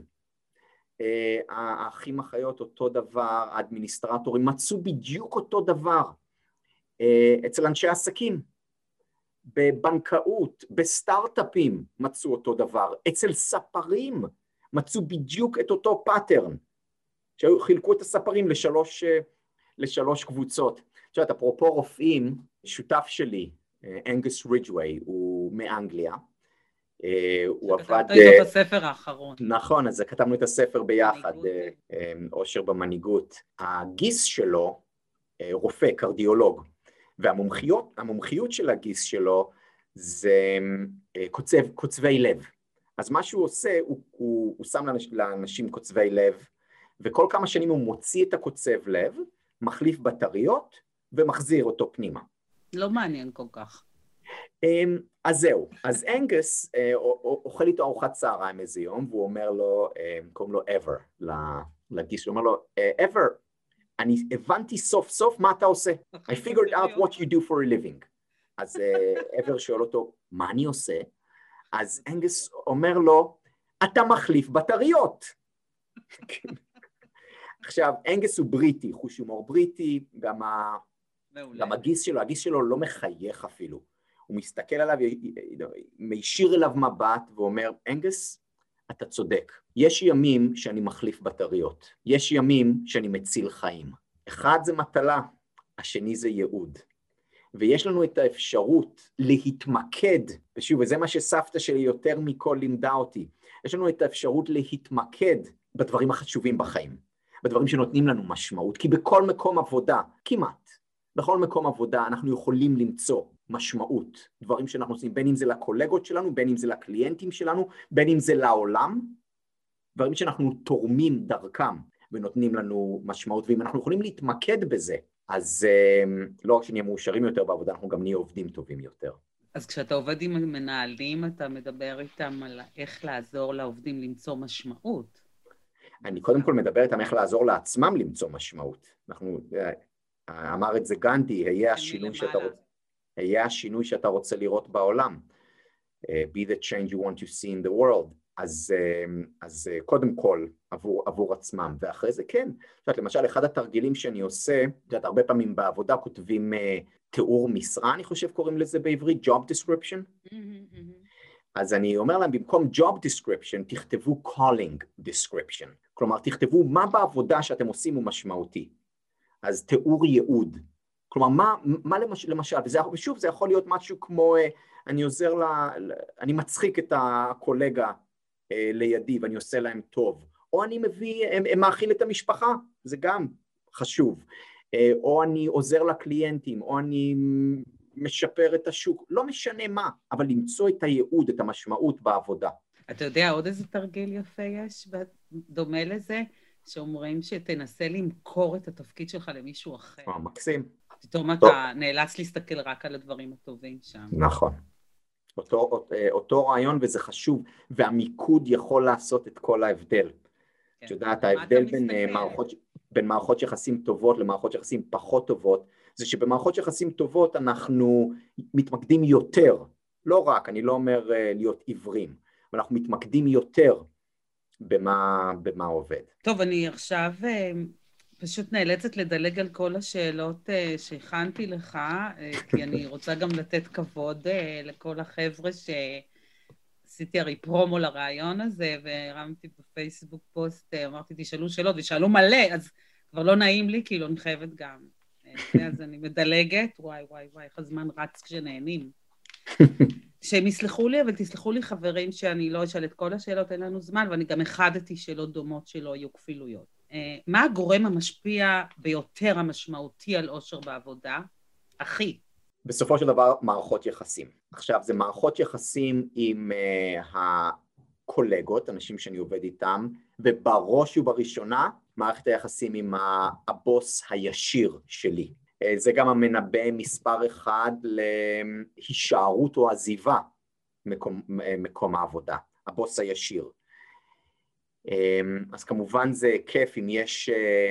האחים אחיות אותו דבר, האדמיניסטרטורים מצאו בדיוק אותו דבר, אצל אנשי עסקים, בבנקאות, בסטארט-אפים מצאו אותו דבר, אצל ספרים מצאו בדיוק את אותו פאטרן, שחילקו את הספרים לשלוש קבוצות. עכשיו, אפרופו רופאים, שותף שלי, אנגוס רידג'ווי, הוא מאנגליה, הוא עבד... כתבת איתו בספר האחרון. נכון, אז כתבנו את הספר ביחד, אושר במנהיגות. הגיס שלו, רופא, קרדיולוג, והמומחיות של הגיס שלו זה קוצבי לב. אז מה שהוא עושה, הוא שם לאנשים קוצבי לב, וכל כמה שנים הוא מוציא את הקוצב לב, מחליף בטריות, ומחזיר אותו פנימה. לא מעניין כל כך. אז זהו, אז אנגוס אוכל איתו ארוחת צהריים איזה יום, והוא אומר לו, קוראים לו ever, לגיס שלו, הוא אומר לו, ever, אני הבנתי סוף סוף מה אתה עושה. I figured out what you do for a living. אז ever שואל אותו, מה אני עושה? אז אנגוס אומר לו, אתה מחליף בטריות. עכשיו, אנגוס הוא בריטי, חוש הומור בריטי, גם הגיס שלו לא מחייך אפילו. הוא מסתכל עליו, מישיר אליו מבט ואומר, אנגוס, אתה צודק. יש ימים שאני מחליף בטריות. יש ימים שאני מציל חיים. אחד זה מטלה, השני זה ייעוד. ויש לנו את האפשרות להתמקד, ושוב, וזה מה שסבתא שלי יותר מכל לימדה אותי, יש לנו את האפשרות להתמקד בדברים החשובים בחיים, בדברים שנותנים לנו משמעות, כי בכל מקום עבודה, כמעט, בכל מקום עבודה אנחנו יכולים למצוא משמעות, דברים שאנחנו עושים, בין אם זה לקולגות שלנו, בין אם זה לקליינטים שלנו, בין אם זה לעולם, דברים שאנחנו תורמים דרכם ונותנים לנו משמעות, ואם אנחנו יכולים להתמקד בזה, אז לא רק שנהיה מאושרים יותר בעבודה, אנחנו גם נהיה עובדים טובים יותר. אז כשאתה עובד עם מנהלים, אתה מדבר איתם על איך לעזור לעובדים למצוא משמעות. אני קודם כל מדבר איתם איך לעזור לעצמם למצוא משמעות. אמר את זה גנדי, היה השינוי שאתה רוצה לראות בעולם. Be the change you want to see in the world. אז קודם כל עבור עצמם, ואחרי זה כן. למשל, אחד התרגילים שאני עושה, הרבה פעמים בעבודה כותבים תיאור משרה, אני חושב קוראים לזה בעברית, job description. אז אני אומר להם, במקום job description, תכתבו calling description. כלומר, תכתבו מה בעבודה שאתם עושים הוא משמעותי. אז תיאור ייעוד. כלומר, מה למשל, ושוב, זה יכול להיות משהו כמו, אני מצחיק את הקולגה לידי ואני עושה להם טוב, או אני מאכיל את המשפחה, זה גם חשוב, או אני עוזר לקליינטים, או אני משפר את השוק, לא משנה מה, אבל למצוא את הייעוד, את המשמעות בעבודה. אתה יודע, עוד איזה תרגיל יפה יש, דומה לזה, שאומרים שתנסה למכור את התפקיד שלך למישהו אחר. מקסים. פתאום אתה נאלץ להסתכל רק על הדברים הטובים שם. נכון. אותו רעיון וזה חשוב, והמיקוד יכול לעשות את כל ההבדל. את יודעת, ההבדל בין מערכות יחסים טובות למערכות יחסים פחות טובות, זה שבמערכות יחסים טובות אנחנו מתמקדים יותר, לא רק, אני לא אומר להיות עיוורים, אבל אנחנו מתמקדים יותר במה עובד. טוב, אני עכשיו פשוט נאלצת לדלג על כל השאלות שהכנתי לך, כי אני רוצה גם לתת כבוד לכל החבר'ה שעשיתי הרי פרומו לרעיון הזה, והרמתי בפייסבוק פוסט, אמרתי, תשאלו שאלות, ושאלו מלא, אז כבר לא נעים לי, כאילו אני חייבת גם. אז אני מדלגת, וואי, איך הזמן רץ כשנהנים. שהם יסלחו לי, אבל תסלחו לי חברים שאני לא אשאל את כל השאלות, אין לנו זמן, ואני גם החדתי שאלות דומות שלא יהיו כפילויות. מה הגורם המשפיע ביותר המשמעותי על אושר בעבודה? הכי. בסופו של דבר, מערכות יחסים. עכשיו, זה מערכות יחסים עם הקולגות, אנשים שאני עובד איתם, ובראש ובראשונה, מערכת היחסים עם הבוס הישיר שלי. זה גם המנבא מספר אחד להישארות או עזיבה מקום העבודה, הבוס הישיר. אז כמובן זה כיף אם יש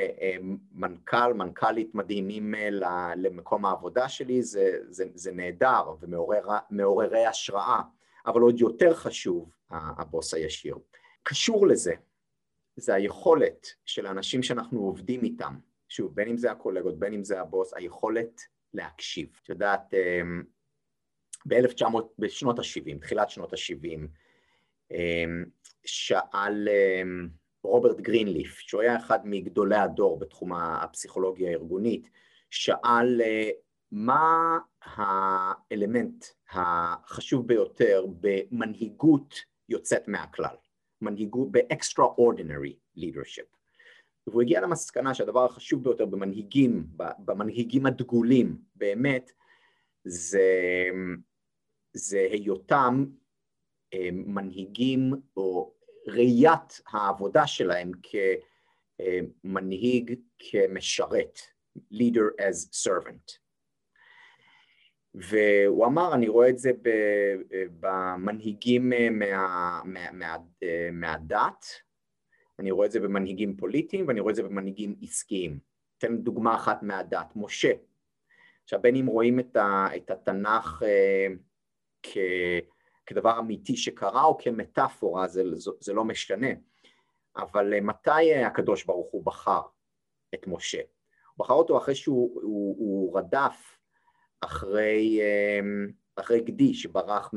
מנכ"לית מדהימים למקום העבודה שלי, זה נהדר ומעוררי השראה, אבל עוד יותר חשוב הבוס הישיר. קשור לזה, זה היכולת של האנשים שאנחנו עובדים איתם, שוב, בין אם זה הקולגות, בין אם זה הבוס, היכולת להקשיב. את יודעת, בשנות ה-70, תחילת שנות ה-70, שאל רוברט גרינליף, שהוא היה אחד מגדולי הדור בתחום הפסיכולוגיה הארגונית, שאל מה האלמנט החשוב ביותר במנהיגות יוצאת מהכלל, מנהיגות ב-extraordinary leadership. והוא הגיע למסקנה שהדבר החשוב ביותר במנהיגים הדגולים באמת, זה היותם מנהיגים או ראיית העבודה שלהם כמנהיג כמשרת, leader as servant. והוא אמר, אני רואה את זה במנהיגים מהדת, אני רואה את זה במנהיגים פוליטיים, ואני רואה את זה במנהיגים עסקיים. אתן דוגמה אחת מהדת, משה. עכשיו, בין אם רואים את התנ"ך כדבר אמיתי שקרה, או כמטאפורה, זה לא משנה. אבל מתי הקדוש ברוך הוא בחר את משה? הוא בחר אותו אחרי שהוא רדף אחרי גדי שברח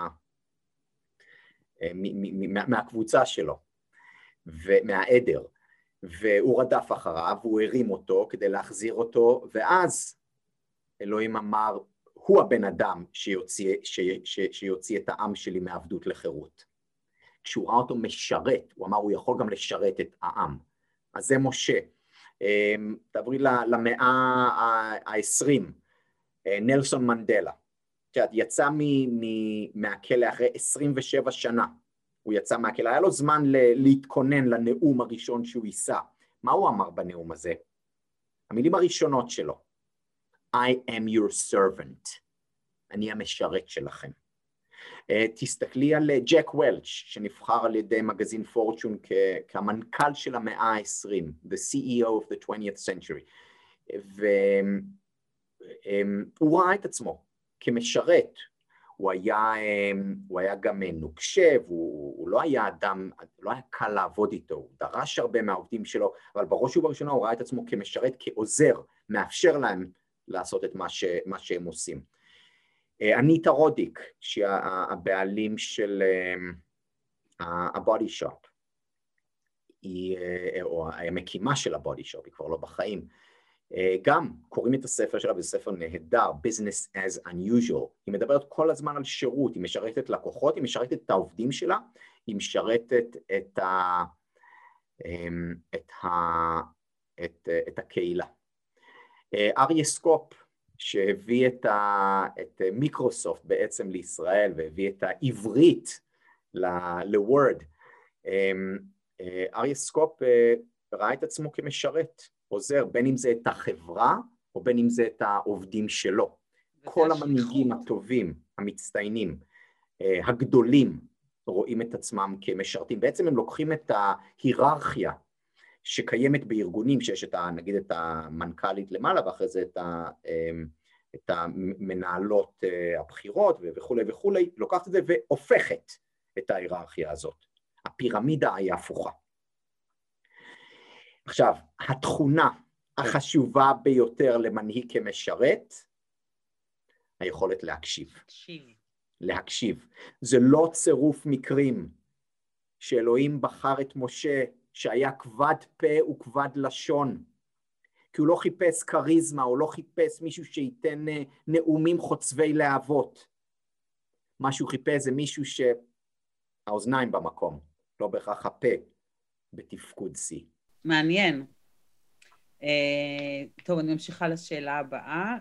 מהקבוצה שלו. ומהעדר, והוא רדף אחריו, הוא הרים אותו כדי להחזיר אותו, ואז אלוהים אמר, הוא הבן אדם שיוציא את העם שלי מעבדות לחירות. כשהוא ראה אותו משרת, הוא אמר, הוא יכול גם לשרת את העם. אז זה משה. תעברי למאה ה-20, נלסון מנדלה, יצא מהכלא אחרי 27 שנה, הוא יצא מהכלא, היה לו זמן להתכונן לנאום הראשון שהוא יישא. מה הוא אמר בנאום הזה? המילים הראשונות שלו, I am your servant, אני המשרת שלכם. תסתכלי על ג'ק וולש, שנבחר על ידי מגזין פורצ'ון כמנכ"ל של המאה ה-20, the CEO of the 20th century, והוא ראה את עצמו כמשרת, הוא היה גם נוקשב, הוא לא היה אדם, לא היה קל לעבוד איתו, הוא דרש הרבה מהעובדים שלו, אבל בראש ובראשונה הוא ראה את עצמו כמשרת, כעוזר, מאפשר להם לעשות את מה שהם עושים. אניטה רודיק, שהיא הבעלים של הבודי שופ, או המקימה של הבודי שופ, היא כבר לא בחיים, גם קוראים את הספר שלה, וזה ספר נהדר, Business as Unusual, היא מדברת כל הזמן על שירות, היא משרתת לקוחות, היא משרתת את העובדים שלה, היא משרתת את הקהילה. אריה סקופ, שהביא את מיקרוסופט בעצם לישראל, והביא את העברית לוורד, אריה סקופ ראה את עצמו כמשרת, עוזר, בין אם זה את החברה, או בין אם זה את העובדים שלו. כל המנהיגים הטובים, המצטיינים, הגדולים, רואים את עצמם כמשרתים. בעצם הם לוקחים את ההיררכיה שקיימת בארגונים, שיש נגיד את המנכ"לית למעלה, ואחרי זה את המנהלות הבחירות וכו' וכו', לוקחת את זה והופכת את ההיררכיה הזאת. הפירמידה היא הפוכה. עכשיו, התכונה החשובה ביותר למנהיג כמשרת, היכולת להקשיב. להקשיב. זה לא צירוף מקרים שאלוהים בחר את משה, שהיה כבד פה וכבד לשון, כי הוא לא חיפש קריזמה, הוא לא חיפש מישהו שייתן נאומים חוצבי להבות. מה שהוא חיפש זה מישהו שהאוזניים במקום, לא בהכרח הפה בתפקוד C. מעניין. טוב, אני ממשיכה לשאלה הבאה.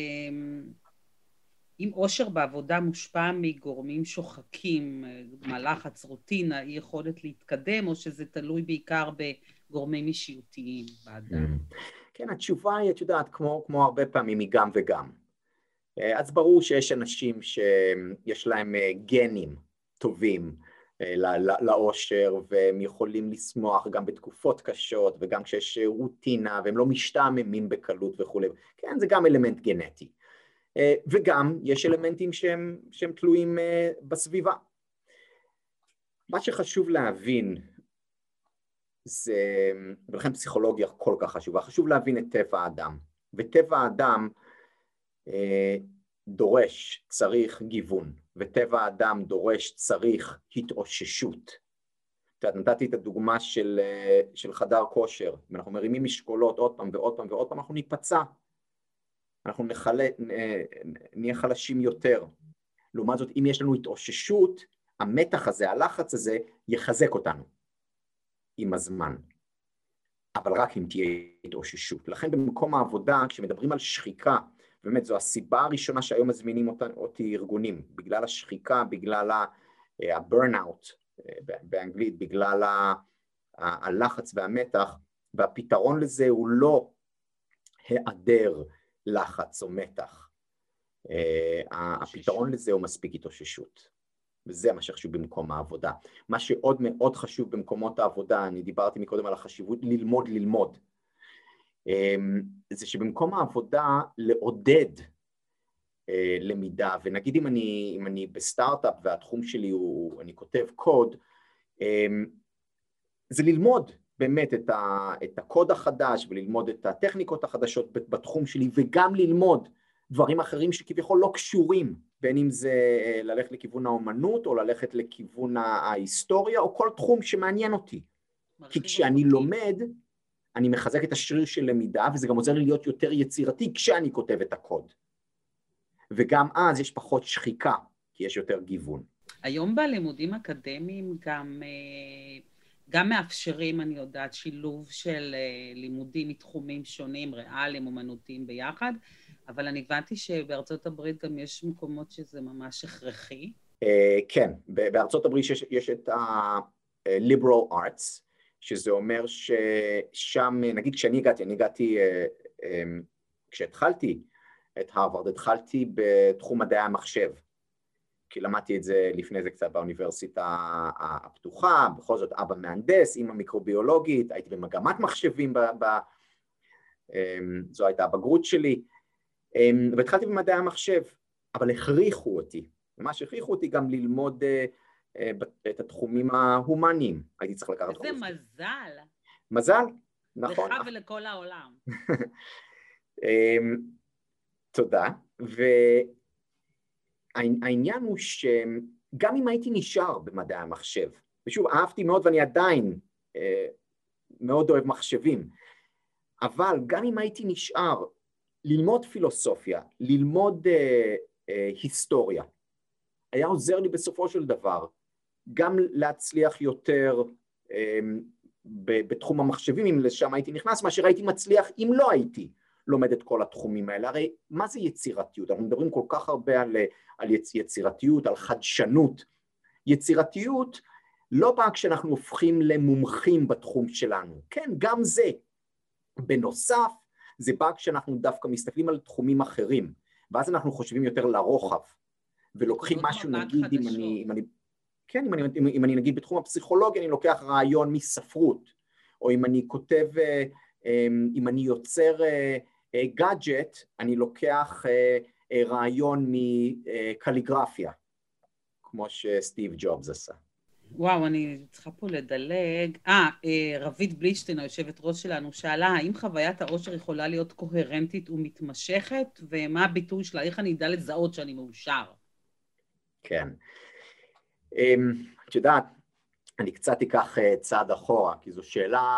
אם עושר בעבודה מושפע מגורמים שוחקים, לחץ, רוטינה, אי יכולת להתקדם, או שזה תלוי בעיקר בגורמים אישיותיים באדם? כן, התשובה היא, את יודעת, כמו הרבה פעמים, היא גם וגם. אז ברור שיש אנשים שיש להם גנים טובים לעושר, והם יכולים לשמוח גם בתקופות קשות, וגם כשיש רוטינה, והם לא משתעממים בקלות וכו'. כן, זה גם אלמנט גנטי. וגם יש אלמנטים שהם תלויים בסביבה. מה שחשוב להבין, זה, ולכן פסיכולוגיה כל כך חשובה, חשוב להבין את טבע האדם. וטבע האדם דורש, צריך גיוון, וטבע האדם דורש, צריך התאוששות. נתתי את הדוגמה של חדר כושר, ואנחנו מרימים משקולות עוד פעם ועוד פעם ועוד פעם, אנחנו ניפצע. אנחנו נהיה חלשים יותר. לעומת זאת, אם יש לנו התאוששות, המתח הזה, הלחץ הזה, יחזק אותנו עם הזמן. אבל רק אם תהיה התאוששות. לכן במקום העבודה, כשמדברים על שחיקה, באמת זו הסיבה הראשונה שהיום מזמינים אותי ארגונים, בגלל השחיקה, בגלל הברנאוט באנגלית, בגלל הלחץ והמתח, והפתרון לזה הוא לא היעדר לחץ או מתח. הפתרון לזה הוא מספיק התאוששות. וזה מה שחשוב במקום העבודה. מה שעוד מאוד חשוב במקומות העבודה, אני דיברתי מקודם על החשיבות ללמוד. זה שבמקום העבודה לעודד למידה, ונגיד אם אני בסטארט-אפ והתחום שלי הוא, אני כותב קוד, זה ללמוד באמת את הקוד החדש, וללמוד את הטכניקות החדשות בתחום שלי, וגם ללמוד דברים אחרים שכביכול לא קשורים, בין אם זה ללכת לכיוון האומנות, או ללכת לכיוון ההיסטוריה, או כל תחום שמעניין אותי. כי כשאני לומד, אני מחזק את השריר של למידה, וזה גם עוזר לי להיות יותר יצירתי כשאני כותב את הקוד. וגם אז יש פחות שחיקה, כי יש יותר גיוון. היום בלימודים אקדמיים גם מאפשרים, אני יודעת, שילוב של לימודים מתחומים שונים, ריאליים, אומנותיים ביחד, אבל אני הבנתי שבארצות הברית גם יש מקומות שזה ממש הכרחי. כן, בארצות הברית יש את ה-liberal arts, שזה אומר ששם, נגיד כשאני הגעתי, כשהתחלתי את הרווארד, התחלתי בתחום מדעי המחשב, כי למדתי את זה לפני זה קצת באוניברסיטה הפתוחה, בכל זאת אבא מהנדס, אמא מיקרוביולוגית, הייתי במגמת מחשבים, זו הייתה הבגרות שלי, והתחלתי במדעי המחשב, אבל הכריחו אותי, ממש הכריחו אותי גם ללמוד את התחומים ההומניים, הייתי צריך לקחת איזה מזל. מזל, נכון. לך ולכל העולם. תודה, והעניין הוא שגם אם הייתי נשאר במדעי המחשב, ושוב אהבתי מאוד ואני עדיין מאוד אוהב מחשבים, אבל גם אם הייתי נשאר ללמוד פילוסופיה, ללמוד היסטוריה, היה עוזר לי בסופו של דבר גם להצליח יותר בתחום המחשבים, אם לשם הייתי נכנס, מאשר הייתי מצליח אם לא הייתי לומד את כל התחומים האלה. הרי מה זה יצירתיות? אנחנו מדברים כל כך הרבה על יצירתיות, על חדשנות. יצירתיות לא באה כשאנחנו הופכים למומחים בתחום שלנו, כן, גם זה. בנוסף, זה בא כשאנחנו דווקא מסתכלים על תחומים אחרים, ואז אנחנו חושבים יותר לרוחב, ולוקחים משהו, נגיד, אם אני נגיד בתחום הפסיכולוגיה, אני לוקח רעיון מספרות, או אם אני כותב, אם אני יוצר גאדג'ט, אני לוקח רעיון מקליגרפיה, כמו שסטיב ג'ובס עשה. וואו, אני צריכה פה לדלג. רבית בלישטיין, היושבת ראש שלנו, שאלה, האם חוויית האושר יכולה להיות קוהרנטית ומתמשכת, ומה הביטוי שלה? איך אני אדע לזהות שאני מאושר? כן. את יודעת, אני קצת אקח צעד אחורה, כי זו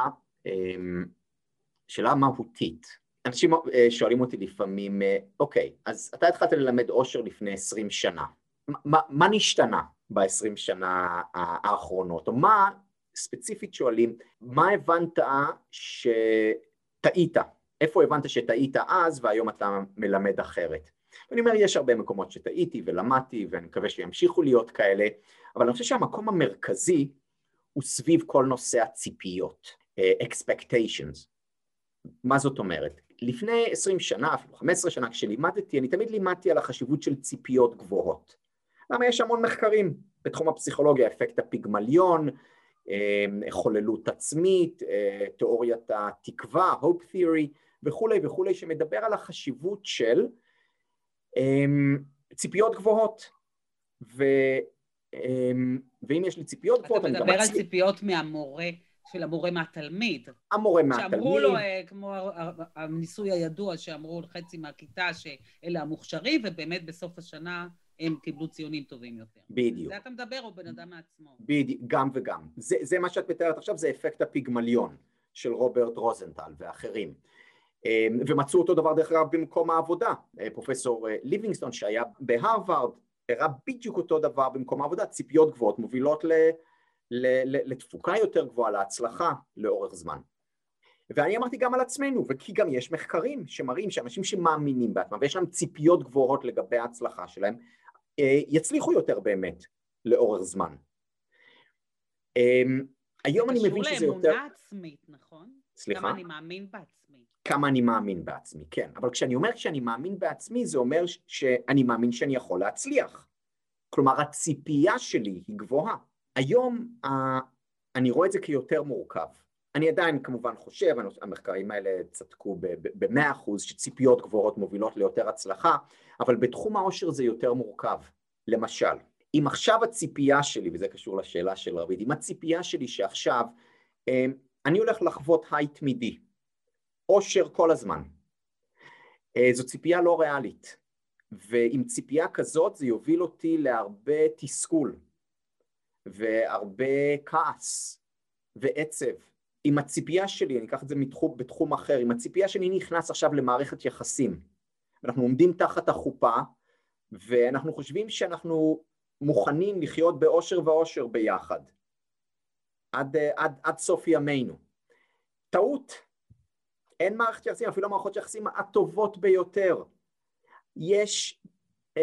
שאלה מהותית. אנשים שואלים אותי לפעמים, אוקיי, אז אתה התחלת ללמד אושר לפני 20 שנה. מה נשתנה ב-20 שנה האחרונות? או מה, ספציפית שואלים, מה הבנת שטעית? איפה הבנת שטעית אז והיום אתה מלמד אחרת? אני אומר, יש הרבה מקומות שטעיתי ולמדתי, ואני מקווה שימשיכו להיות כאלה, אבל אני חושב שהמקום המרכזי הוא סביב כל נושא הציפיות, expectations. מה זאת אומרת? לפני 20 שנה, אפילו 15 שנה, כשלימדתי, אני תמיד לימדתי על החשיבות של ציפיות גבוהות. למה יש המון מחקרים בתחום הפסיכולוגיה, אפקט הפיגמליון, חוללות עצמית, תיאוריית התקווה, hope theory וכולי וכולי, שמדבר על החשיבות של ציפיות גבוהות. ואם יש לי ציפיות גבוהות, אתה מדבר על ציפיות מהמורה, של המורה מהתלמיד. המורה מהתלמיד. שאמרו לו, כמו הניסוי הידוע, שאמרו חצי מהכיתה שאלה המוכשרים, ובאמת בסוף השנה הם קיבלו ציונים טובים יותר. בדיוק. זה אתה מדבר או בן אדם מעצמו? בדיוק, גם וגם. זה מה שאת מתארת עכשיו, זה אפקט הפיגמליון של רוברט רוזנטל ואחרים. ומצאו אותו דבר דרך אגב במקום העבודה. פרופסור ליבינגסטון שהיה בהרווארד, הראה בדיוק אותו דבר במקום העבודה, ציפיות גבוהות מובילות לתפוקה יותר גבוהה, להצלחה לאורך זמן. ואני אמרתי גם על עצמנו, וכי גם יש מחקרים שמראים שאנשים שמאמינים בעצמם, ויש להם ציפיות גבוהות לגבי ההצלחה שלהם, יצליחו יותר באמת לאורך זמן. היום אני מבין שזה יותר... קשור לאמונה עצמית, נכון? סליחה? כמה אני מאמין בעצמי. כמה אני מאמין בעצמי, כן. אבל כשאני אומר שאני מאמין בעצמי, זה אומר שאני מאמין שאני יכול להצליח. כלומר, הציפייה שלי היא גבוהה. היום אני רואה את זה כיותר מורכב. אני עדיין כמובן חושב, המחקרים האלה צדקו ב100% שציפיות גבוהות מובילות ליותר הצלחה, אבל בתחום העושר זה יותר מורכב. למשל, אם עכשיו הציפייה שלי, וזה קשור לשאלה של רבית, אם הציפייה שלי שעכשיו אני הולך לחוות היי תמידי, עושר כל הזמן, זו ציפייה לא ריאלית, ועם ציפייה כזאת זה יוביל אותי להרבה תסכול, והרבה כעס ועצב. עם הציפייה שלי, אני אקח את זה בתחום אחר, עם הציפייה שלי נכנס עכשיו למערכת יחסים, אנחנו עומדים תחת החופה, ואנחנו חושבים שאנחנו מוכנים לחיות באושר ואושר ביחד, עד סוף ימינו. טעות, אין מערכת יחסים, אפילו מערכות יחסים הטובות ביותר. יש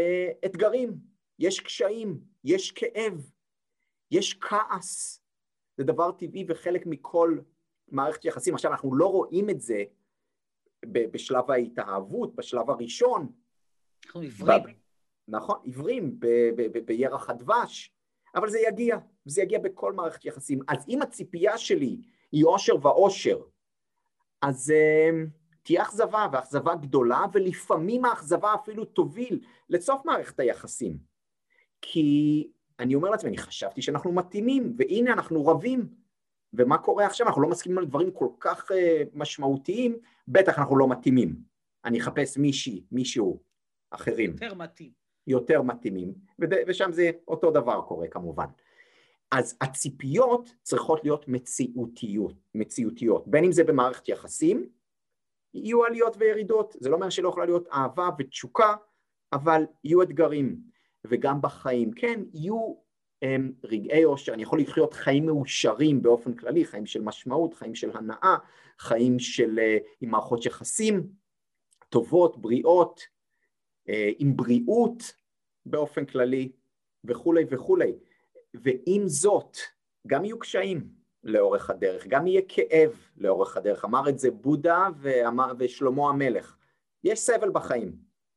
אתגרים, יש קשיים, יש כאב, יש כעס, זה דבר טבעי וחלק מכל מערכת יחסים. עכשיו, אנחנו לא רואים את זה בשלב ההתאהבות, בשלב הראשון. אנחנו עיוורים. נכון, עיוורים בירח הדבש, אבל זה יגיע בכל מערכת יחסים. אז אם הציפייה שלי היא אושר ואושר, אז תהיה אכזבה, ואכזבה גדולה, ולפעמים האכזבה אפילו תוביל לסוף מערכת היחסים. כי אני אומר לעצמי, אני חשבתי שאנחנו מתאימים, והנה אנחנו רבים, ומה קורה עכשיו? אנחנו לא מסכימים על דברים כל כך משמעותיים, בטח אנחנו לא מתאימים. אני אחפש מישהו אחרים. יותר מתאימים, ושם זה אותו דבר קורה כמובן. אז הציפיות צריכות להיות מציאותיות, בין אם זה במערכת יחסים, יהיו עליות וירידות, זה לא אומר שלא יכולה להיות אהבה ותשוקה, אבל יהיו אתגרים, וגם בחיים, כן, יהיו רגעי אושר, אני יכול לחיות חיים מאושרים באופן כללי, חיים של משמעות, חיים של הנאה, חיים של עם מערכות יחסים, טובות, בריאות, עם בריאות באופן כללי, וכולי וכולי, ועם זאת, גם יהיו קשיים לאורך הדרך, גם יהיה כאב לאורך הדרך, אמר את זה בודה ושלמה המלך, יש סבל בחיים,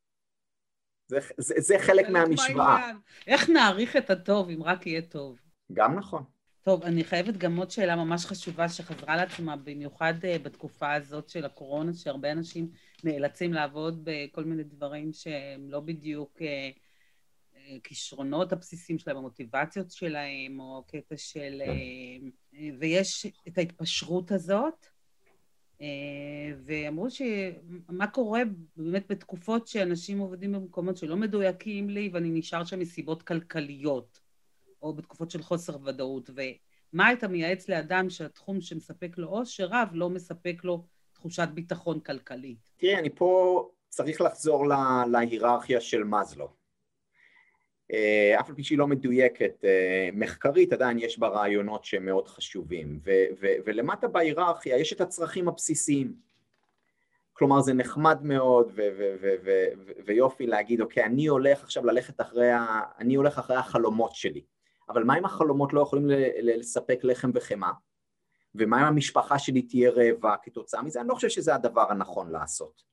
זה חלק מהמשוואה. איך נעריך את הטוב אם רק יהיה טוב? גם נכון. טוב, אני חייבת גם עוד שאלה ממש חשובה שחזרה לעצמה, במיוחד בתקופה הזאת של הקורונה, שהרבה אנשים נאלצים לעבוד בכל מיני דברים שהם לא בדיוק כישרונות הבסיסיים שלהם, המוטיבציות שלהם, או קטע של... ויש את ההתפשרות הזאת, ואמרו שמה קורה באמת בתקופות שאנשים עובדים במקומות שלא מדויקים לי, ואני נשאר שם מסיבות כלכליות, או בתקופות של חוסר ודאות, ומה היית מייעץ לאדם שהתחום שמספק לו אושר רב לא מספק לו תחושת ביטחון כלכלית? תראי, אני פה צריך לחזור להיררכיה של מאזלו. אף על פי שהיא לא מדויקת מחקרית, עדיין יש בה רעיונות שהם מאוד חשובים, ולמטה בהיררכיה יש את הצרכים הבסיסיים. כלומר, זה נחמד מאוד ויופי להגיד, אוקיי, אני הולך עכשיו אני הולך אחרי החלומות שלי. אבל מה אם החלומות לא יכולים לספק לחם וחמה? ומה אם המשפחה שלי תהיה רעבה כתוצאה מזה? אני לא חושב שזה הדבר הנכון לעשות.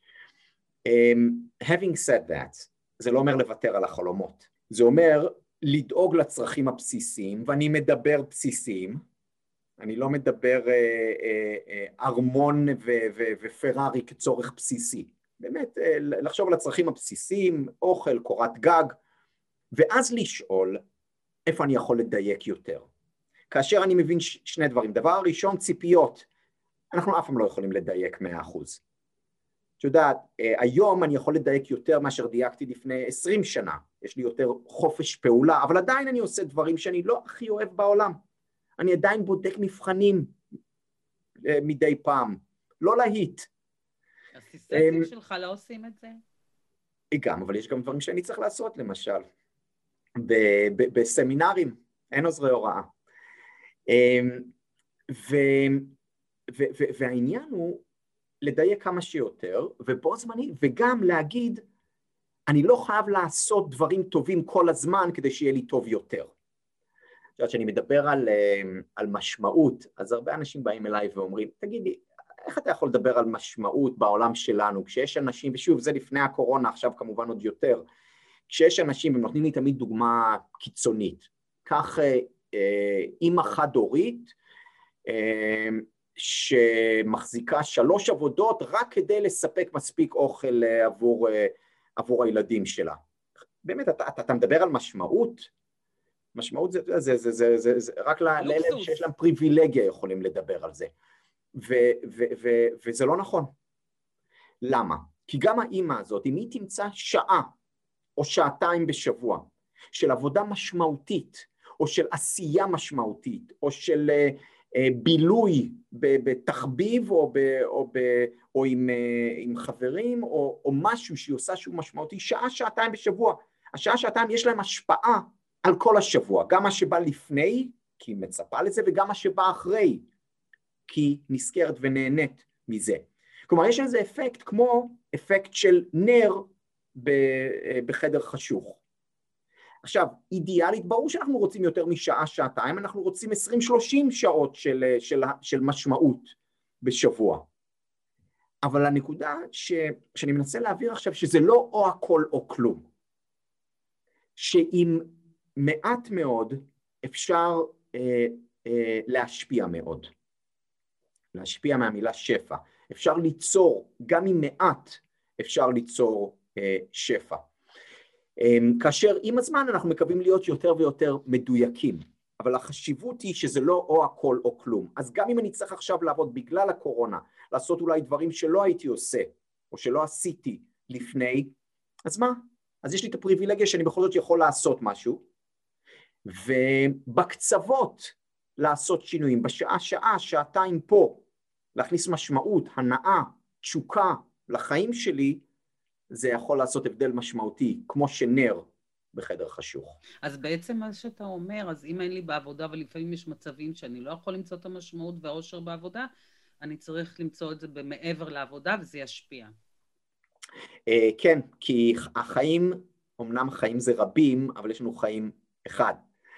Having said that, זה לא אומר לוותר על החלומות. זה אומר לדאוג לצרכים הבסיסיים, ואני מדבר בסיסיים, אני לא מדבר ארמון ופרארי כצורך בסיסי. באמת, לחשוב על הצרכים הבסיסיים, אוכל, קורת גג, ואז לשאול איפה אני יכול לדייק יותר. כאשר אני מבין שני דברים. דבר הראשון, ציפיות. אנחנו אף פעם לא יכולים לדייק 100%. את יודעת, היום אני יכול לדייק יותר מאשר דייקתי לפני 20 שנה. יש לי יותר חופש פעולה, אבל עדיין אני עושה דברים שאני לא הכי אוהב בעולם. אני עדיין בודק מבחנים מדי פעם. לא להיט. הסיסטים שלך לא עושים את זה? גם, אבל יש גם דברים שאני צריך לעשות, למשל. בסמינרים, אין עוזרי הוראה. והעניין הוא לדייק כמה שיותר, ובו זמני, וגם להגיד, אני לא חייב לעשות דברים טובים כל הזמן, כדי שיהיה לי טוב יותר. כשאני מדבר על משמעות, אז הרבה אנשים באים אליי ואומרים, תגידי, איך אתה יכול לדבר על משמעות בעולם שלנו, כשיש אנשים, ושוב, זה לפני הקורונה, עכשיו כמובן עוד יותר, כשיש אנשים, הם נותנים לי תמיד דוגמה קיצונית, כך אימא חד-הורית, שמחזיקה 3 עבודות רק כדי לספק מספיק אוכל עבור הילדים שלה. באמת, אתה מדבר על משמעות? משמעות זה רק לאלה שיש להם פריבילגיה יכולים לדבר על זה. וזה לא נכון. למה? כי גם האמא הזאת, אם היא תמצא שעה או שעתיים בשבוע של עבודה משמעותית, או של עשייה משמעותית, או של בילוי בתחביב או עם חברים, או משהו שהיא עושה שהוא משמעותי, שעה, שעתיים בשבוע. השעה, שעתיים יש להם השפעה על כל השבוע, גם מה שבא לפני, כי היא מצפה לזה, וגם מה שבא אחרי, כי היא נזכרת ונהנית מזה. כלומר, יש איזה אפקט כמו אפקט של נר בחדר חשוך. עכשיו, אידיאלית, ברור שאנחנו רוצים יותר משעה, שעתיים, אנחנו רוצים 20-30 שעות של משמעות בשבוע. אבל הנקודה שאני מנסה להעביר עכשיו, שזה לא או הכל או כלום. שעם מעט מאוד אפשר להשפיע מאוד. להשפיע מהמילה שפע. אפשר ליצור, גם עם מעט אפשר ליצור שפע. כאשר עם הזמן אנחנו מקווים להיות יותר ויותר מדויקים, אבל החשיבות היא שזה לא או הכל או כלום. אז גם אם אני צריך עכשיו לעבוד בגלל הקורונה, לעשות אולי דברים שלא הייתי עושה, או שלא עשיתי לפני, אז מה? אז יש לי את הפריבילגיה שאני בכל זאת יכול לעשות משהו, ובקצוות לעשות שינויים, בשעה, שעתיים פה, להכניס משמעות, הנאה, תשוקה לחיים שלי, זה יכול לעשות הבדל משמעותי, כמו שנר בחדר חשוך. אז בעצם מה שאתה אומר, אז אם אין לי בעבודה, ולפעמים יש מצבים שאני לא יכול למצוא את המשמעות והאושר בעבודה, אני צריך למצוא את זה במעבר לעבודה, וזה ישפיע. כן, כי החיים, אמנם חיים זה רבים, אבל יש לנו חיים אחד.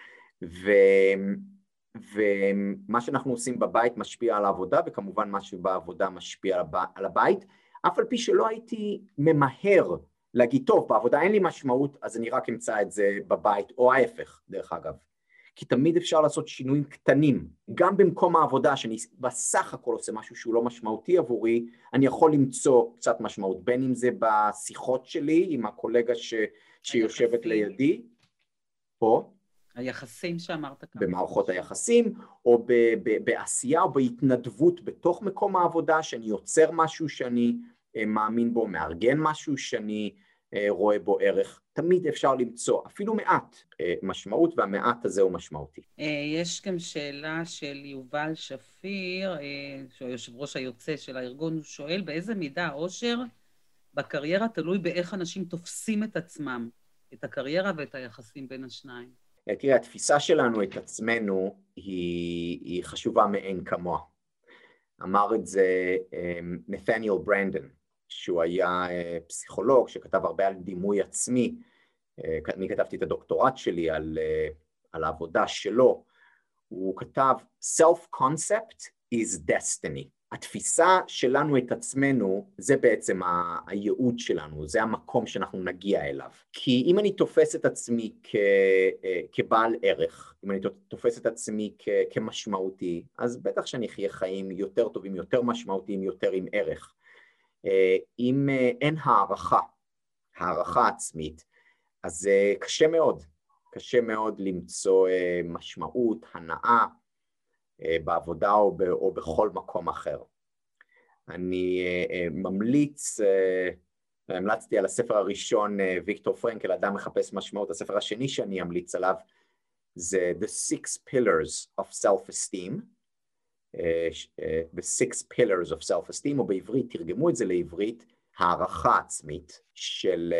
ומה שאנחנו עושים בבית משפיע על העבודה, וכמובן מה שבעבודה משפיע על הבית, אף על פי שלא הייתי ממהר להגיד, טוב, בעבודה אין לי משמעות, אז אני רק אמצא את זה בבית, או ההפך, דרך אגב. כי תמיד אפשר לעשות שינויים קטנים, גם במקום העבודה, שאני בסך הכל עושה משהו שהוא לא משמעותי עבורי, אני יכול למצוא קצת משמעות, בין אם זה בשיחות שלי, עם הקולגה שיושבת לידי, או היחסים שאמרת כאן. במערכות היחסים, או בעשייה, או בהתנדבות בתוך מקום העבודה, שאני יוצר משהו שאני מאמין בו, מארגן משהו שאני רואה בו ערך. תמיד אפשר למצוא, אפילו מעט משמעות, והמעט הזה הוא משמעותי. יש גם שאלה של יובל שפיר, שהוא יושב ראש היוצא של הארגון, הוא שואל, באיזה מידה האושר בקריירה תלוי באיך אנשים תופסים את עצמם, את הקריירה ואת היחסים בין השניים? תראה, התפיסה שלנו את עצמנו היא חשובה מאין כמוה. אמר את זה נתניאל ברנדון, שהוא היה פסיכולוג שכתב הרבה על דימוי עצמי. אני כתבתי את הדוקטורט שלי על העבודה שלו. הוא כתב, Self-concept is destiny. התפיסה שלנו את עצמנו, זה בעצם הייעוד שלנו, זה המקום שאנחנו נגיע אליו. כי אם אני תופס את עצמי כבעל ערך, אם אני תופס את עצמי כמשמעותי, אז בטח שאני אחיה חיים יותר טובים, יותר משמעותיים, יותר עם ערך. אם אין הערכה עצמית, אז קשה מאוד למצוא משמעות, הנאה, בעבודה או בכל מקום אחר. אני המלצתי על הספר הראשון, ויקטור פרנקל, אדם מחפש משמעות. הספר השני שאני אמליץ עליו זה The Six Pillars of Self-Esteem, The Six Pillars of Self-Esteem, או בעברית, תרגמו את זה לעברית, הערכה עצמית של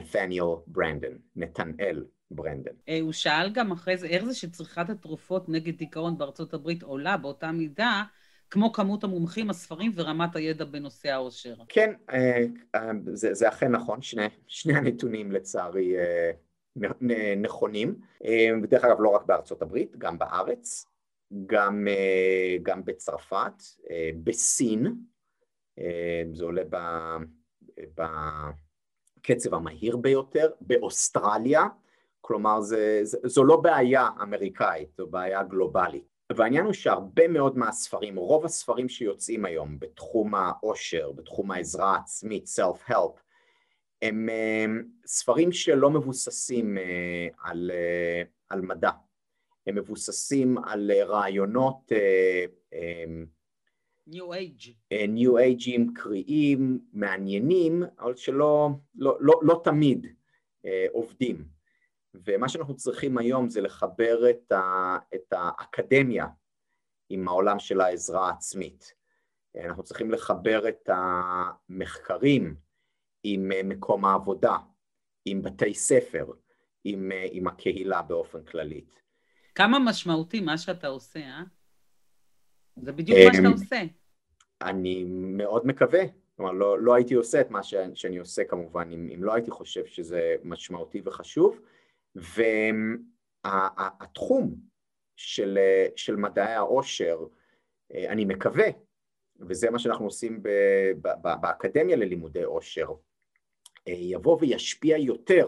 נתנאל ברנדון. הוא שאל גם אחרי זה, איך זה שצריכת התרופות נגד דיכאון בארצות הברית עולה באותה מידה, כמו כמות המומחים, הספרים ורמת הידע בנושא האושר? כן, זה אכן נכון, שני הנתונים לצערי נכונים, ודרך אגב לא רק בארצות הברית, גם בארץ, גם בצרפת, בסין, זה עולה בקצב המהיר ביותר, באוסטרליה, כלומר, זו לא בעיה אמריקאית, זו בעיה גלובלית. והעניין הוא שהרבה מאוד מהספרים, רוב הספרים שיוצאים היום בתחום האושר, בתחום העזרה העצמית, self-help, הם ספרים שלא מבוססים על מדע. הם מבוססים על רעיונות New Age'ים, קריאים, מעניינים, אבל לא תמיד עובדים. ומה שאנחנו צריכים היום זה לחבר את האקדמיה עם העולם של העזרה העצמית. אנחנו צריכים לחבר את המחקרים עם מקום העבודה, עם בתי ספר, עם הקהילה באופן כללית. כמה משמעותי מה שאתה עושה, אה? זה בדיוק מה שאתה עושה. אני מאוד מקווה. כלומר, לא הייתי עושה את מה שאני עושה כמובן, אם לא הייתי חושב שזה משמעותי וחשוב, והתחום של מדעי העושר, אני מקווה, וזה מה שאנחנו עושים באקדמיה ללימודי עושר, יבוא וישפיע יותר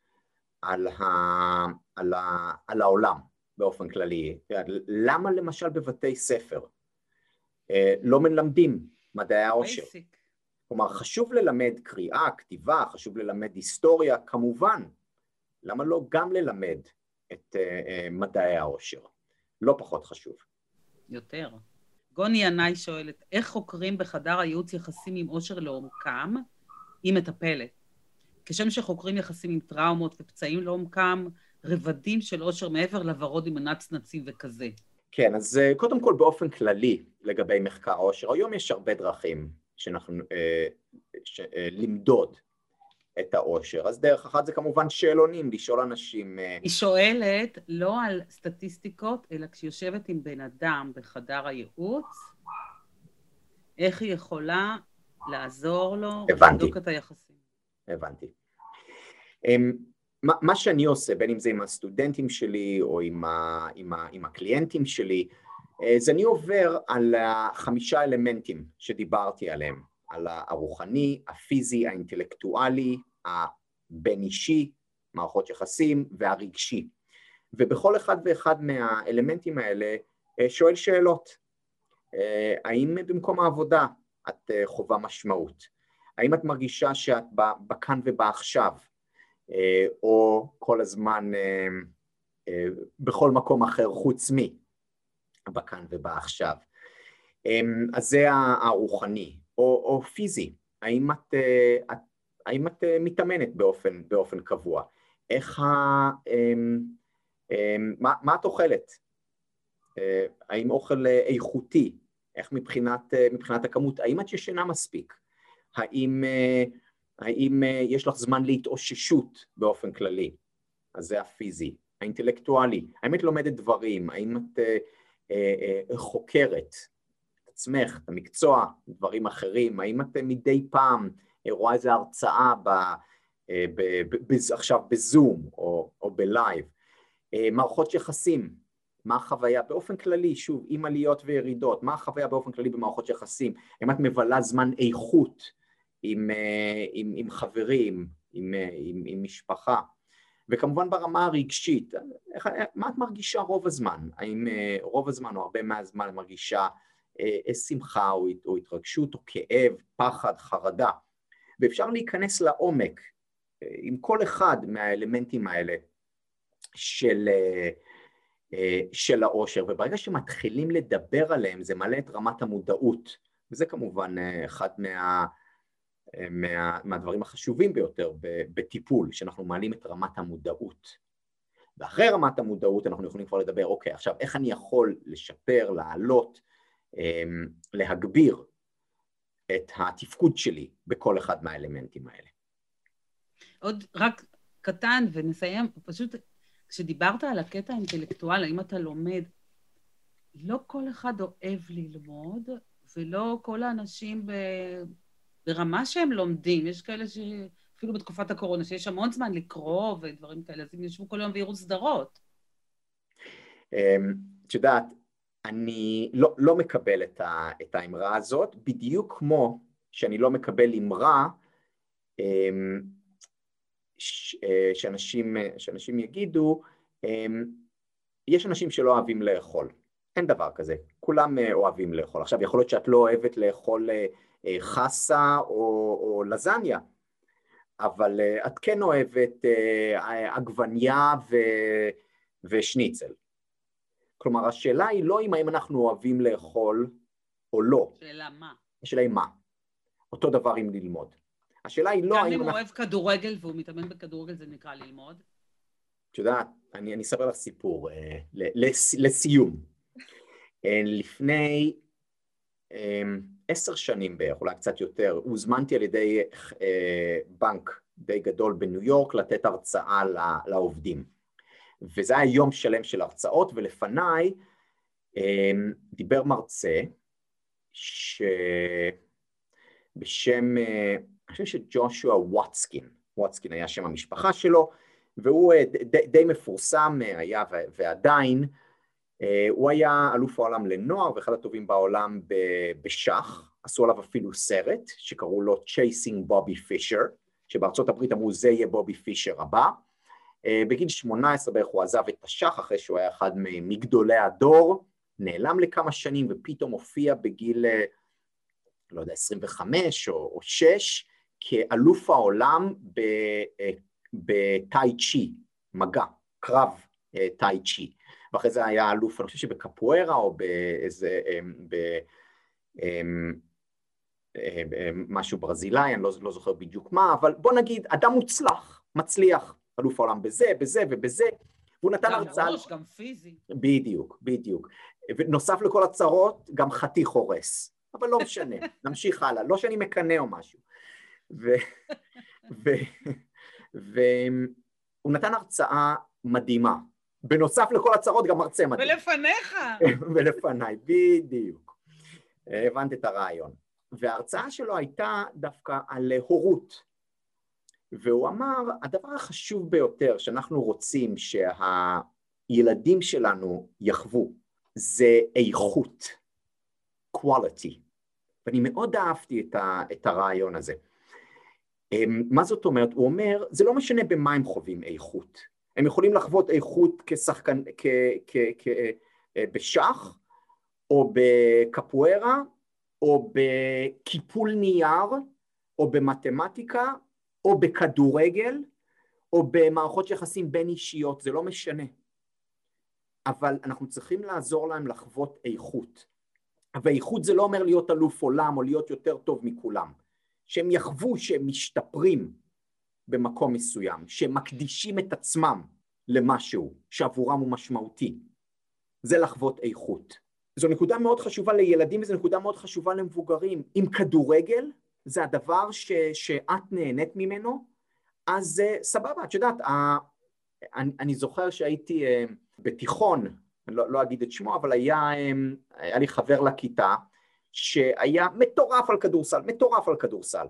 על העולם באופן כללי. למה למשל בבתי ספר לא מלמדים מדעי העושר? כלומר, חשוב ללמד קריאה, כתיבה, חשוב ללמד היסטוריה, כמובן. למה לא גם ללמד את מדעי העושר? לא פחות חשוב. יותר. גוני ינאי שואלת, איך חוקרים בחדר הייעוץ יחסים עם עושר לעומקם? היא מטפלת. כשם שחוקרים יחסים עם טראומות ופצעים לעומקם, רבדים של עושר מעבר לוורוד עם הנצנצים וכזה. כן, אז קודם כל באופן כללי לגבי מחקר עושר, היום יש הרבה דרכים שאנחנו למדוד את העושר. אז דרך אחת זה כמובן שאלונים, לשאול אנשים... היא שואלת לא על סטטיסטיקות, אלא כשיושבת עם בן אדם בחדר הייעוץ, איך היא יכולה לעזור לו, לבדוק את היחסים. הבנתי. מה שאני עושה, בין אם זה עם הסטודנטים שלי או עם הקליינטים שלי, זה אני עובר על 5 אלמנטים שדיברתי עליהם, על הרוחני, הפיזי, האינטלקטואלי, הבין אישי, מערכות יחסים והרגשי. ובכל אחד ואחד מהאלמנטים האלה שואל שאלות. האם במקום העבודה את חובה משמעות? האם את מרגישה שאת בכאן ובעכשיו? או כל הזמן בכל מקום אחר חוץ מי? בכאן ובעכשיו. אז זה הרוחני. או פיזי, האם את מתאמנת באופן קבוע? מה את אוכלת? האם אוכל איכותי? איך מבחינת הכמות? האם את ישנה מספיק? האם יש לך זמן להתאוששות באופן כללי? אז זה הפיזי. האינטלקטואלי, האם את לומדת דברים? האם את חוקרת? עצמך, את המקצוע, דברים אחרים, האם את מדי פעם רואה איזו הרצאה עכשיו בזום או בלייב, מערכות יחסים, מה החוויה באופן כללי, שוב, עם עליות וירידות, מה החוויה באופן כללי במערכות יחסים, האם את מבלה זמן איכות עם חברים, עם משפחה, וכמובן ברמה הרגשית, מה את מרגישה רוב הזמן, האם רוב הזמן או הרבה מהזמן מרגישה שמחה או התרגשות או כאב, פחד, חרדה, ואפשר להיכנס לעומק עם כל אחד מהאלמנטים האלה של העושר, וברגע שמתחילים לדבר עליהם זה מעלה את רמת המודעות, וזה כמובן אחד מהדברים החשובים ביותר בטיפול, שאנחנו מעלים את רמת המודעות. ואחרי רמת המודעות אנחנו יכולים כבר לדבר, אוקיי, עכשיו איך אני יכול לשפר, לעלות, להגביר את התפקוד שלי בכל אחד מהאלמנטים האלה. עוד רק קטן ונסיים, פשוט כשדיברת על הקטע האינטלקטואל, האם אתה לומד, לא כל אחד אוהב ללמוד, ולא כל האנשים ברמה שהם לומדים, יש כאלה שאפילו בתקופת הקורונה, שיש המון זמן לקרוא ודברים כאלה, אז הם ישבו כל יום ויראו סדרות. את יודעת, אני לא מקבל את האמרה הזאת, בדיוק כמו שאני לא מקבל אמרה שאנשים יגידו, יש אנשים שלא אוהבים לאכול, אין דבר כזה, כולם אוהבים לאכול. עכשיו יכול להיות שאת לא אוהבת לאכול חסה או לזניה, אבל את כן אוהבת עגבניה ושניצל. כלומר, השאלה היא לא אם אנחנו אוהבים לאכול או לא. שאלה מה? השאלה היא מה. אותו דבר עם ללמוד. השאלה היא לא... גם אם הוא אוהב כדורגל והוא מתאמן בכדורגל, זה נקרא ללמוד? את יודעת, אני אספר לך סיפור לסיום. לפני 10 שנים בערך, אולי קצת יותר, הוזמנתי על ידי בנק די גדול בניו יורק לתת הרצאה לעובדים. וזה היה יום שלם של הרצאות, ולפניי דיבר מרצה בשם, אני חושב שג'ושוע וואטסקין היה שם המשפחה שלו, והוא די מפורסם היה ועדיין, הוא היה אלוף העולם לנוער ואחד הטובים בעולם בשח, עשו עליו אפילו סרט שקראו לו Chasing Bobby Fischer, שבארצות הברית אמרו זה יהיה בובי פישר הבא. בגיל 18 בערך הוא עזב את השח אחרי שהוא היה אחד מגדולי הדור, נעלם לכמה שנים ופתאום הופיע בגיל, לא יודע, 25 או 6, כאלוף העולם בטאי צ'י, מגע, קרב טאי צ'י. ואחרי זה היה אלוף, אני חושב שבקפוארה או באיזה, משהו ברזילאי, אני לא זוכר בדיוק מה, אבל בוא נגיד, אדם מוצלח, מצליח, אלוף העולם בזה, בזה ובזה, והוא נתן הרצאה... גם ראש, גם פיזי. בדיוק. ונוסף לכל הצרות, גם חתיך הורס, אבל לא משנה, נמשיך הלאה, לא שאני מקנה או משהו. והוא נתן הרצאה מדהימה, בנוסף לכל הצרות גם מרצה מדהים. ולפניך. ולפניי, בדיוק. הבנת את הרעיון. וההרצאה שלו הייתה דווקא על הורות. והוא אמר, הדבר החשוב ביותר שאנחנו רוצים שהילדים שלנו יחוו, זה איכות, quality. ואני מאוד אהבתי את הרעיון הזה. מה זאת אומרת? הוא אומר, זה לא משנה במה הם חווים איכות. הם יכולים לחוות איכות כשחקן, בשח, או בקפוארה, או בקיפול נייר, או במתמטיקה, או בכדורגל, או במערכות יחסים בין אישיות, זה לא משנה. אבל אנחנו צריכים לעזור להם לחוות איכות. ואיכות זה לא אומר להיות אלוף עולם, או להיות יותר טוב מכולם. שהם יחוו שהם משתפרים במקום מסוים, שהם מקדישים את עצמם למשהו, שעבורם הוא משמעותי. זה לחוות איכות. זו נקודה מאוד חשובה לילדים, וזו נקודה מאוד חשובה למבוגרים. עם כדורגל, זה הדבר שאת נהנית ממנו, אז סבבה, את יודעת, אני זוכר שהייתי בתיכון, לא אגיד את שמו, אבל היה לי חבר לכיתה, שהיה מטורף על כדורסל,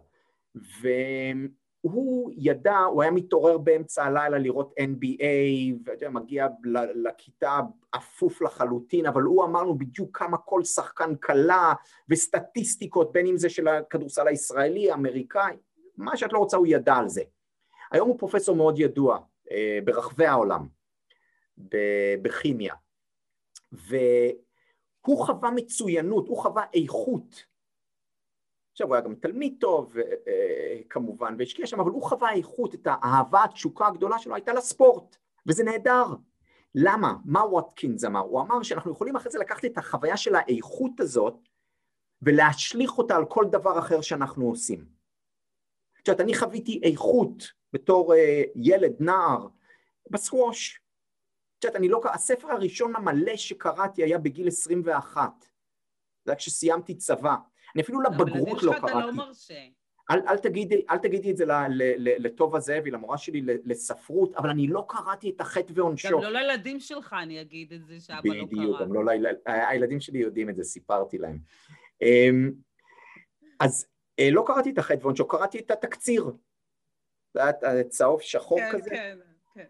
והוא ידע, הוא היה מתעורר באמצע הלילה לראות NBA, ומגיע לכיתה אפוף לחלוטין, אבל הוא אמר לו בדיוק כמה כל שחקן קלה, וסטטיסטיקות, בין אם זה של הכדורסל הישראלי, האמריקאי, מה שאת לא רוצה הוא ידע על זה. היום הוא פרופסור מאוד ידוע, ברחבי העולם, בכימיה, הוא חווה מצוינות, הוא חווה איכות. עכשיו הוא היה גם תלמיד טוב, כמובן, והשקיע שם, אבל הוא חווה איכות, את האהבה, התשוקה הגדולה שלו הייתה לספורט, וזה נהדר. למה? מה ווטקינס אמר? הוא אמר שאנחנו יכולים אחרי זה לקחת את החוויה של האיכות הזאת, ולהשליך אותה על כל דבר אחר שאנחנו עושים. עכשיו, אני חוויתי איכות בתור ילד, נער, בסקווש. הספר הראשון המלא שקראתי היה בגיל 21. זה היה כשסיימתי צבא. אני אפילו לבגרות לא קראתי. לא מרשה. אל תגידי את זה לטוב הזאבי, למורה שלי לספרות, אבל אני לא קראתי את החטא ועונשו. גם לא לילדים שלך אני אגיד את זה שאבא לא קרא. בדיוק, גם לא הילדים שלי יודעים את זה, סיפרתי להם. אז לא קראתי את החטא ועונשו, קראתי את התקציר. זה היה צהוב שחור כזה. כן.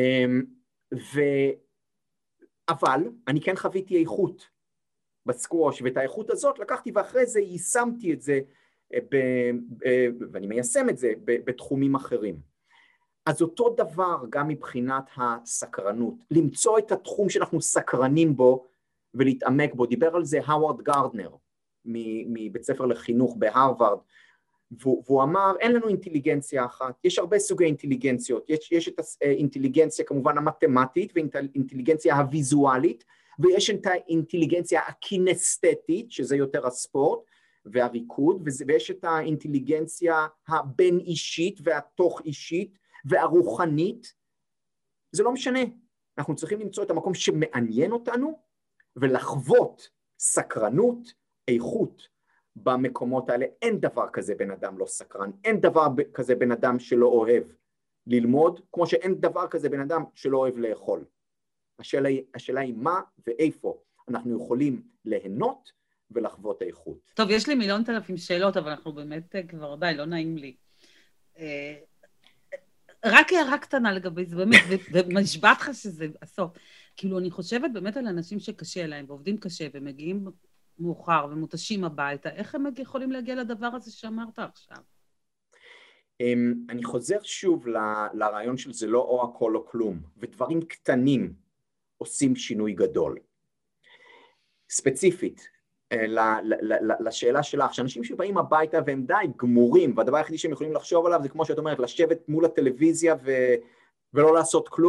אבל אני כן חוויתי איכות בסקווש, ואת האיכות הזאת לקחתי ואחרי זה יישמתי את זה, ואני מיישם את זה בתחומים אחרים. אז אותו דבר גם מבחינת הסקרנות, למצוא את התחום שאנחנו סקרנים בו ולהתעמק בו. דיבר על זה הווארד גרדנר מבית ספר לחינוך בהרווארד, והוא אמר, אין לנו אינטליגנציה אחת, יש הרבה סוגי אינטליגנציות, יש את האינטליגנציה כמובן המתמטית והאינטליגנציה הוויזואלית, ויש את האינטליגנציה הקינסתטית, שזה יותר הספורט והריקוד, ויש את האינטליגנציה הבין אישית והתוך אישית והרוחנית. זה לא משנה, אנחנו צריכים למצוא את המקום שמעניין אותנו, ולחוות סקרנות, איכות, במקומות האלה. אין דבר כזה בן אדם לא סקרן, אין דבר כזה בן אדם שלא אוהב ללמוד, כמו שאין דבר כזה בן אדם שלא אוהב לאכול. השאלה היא מה ואיפה אנחנו יכולים ליהנות ולחוות איכות. טוב, יש לי 1,000,000 שאלות, אבל אנחנו באמת כבר די, לא נעים לי. רק הערה קטנה לגבי זה, באמת, ומשבעת לך שזה הסוף. כאילו, אני חושבת באמת על אנשים שקשה להם, ועובדים קשה, ומגיעים מאוחר, ומותשים הביתה, איך הם יכולים להגיע לדבר הזה שאמרת עכשיו? אני חוזר שוב לרעיון של זה לא או הכל או כלום, ודברים קטנים עושים שינוי גדול. ספציפית, לשאלה שלך, שאנשים שבאים הביתה והם די גמורים, והדבר היחידי שהם יכולים לחשוב עליו זה כמו שאת אומרת, לשבת מול הטלוויזיה ולא לעשות כלום,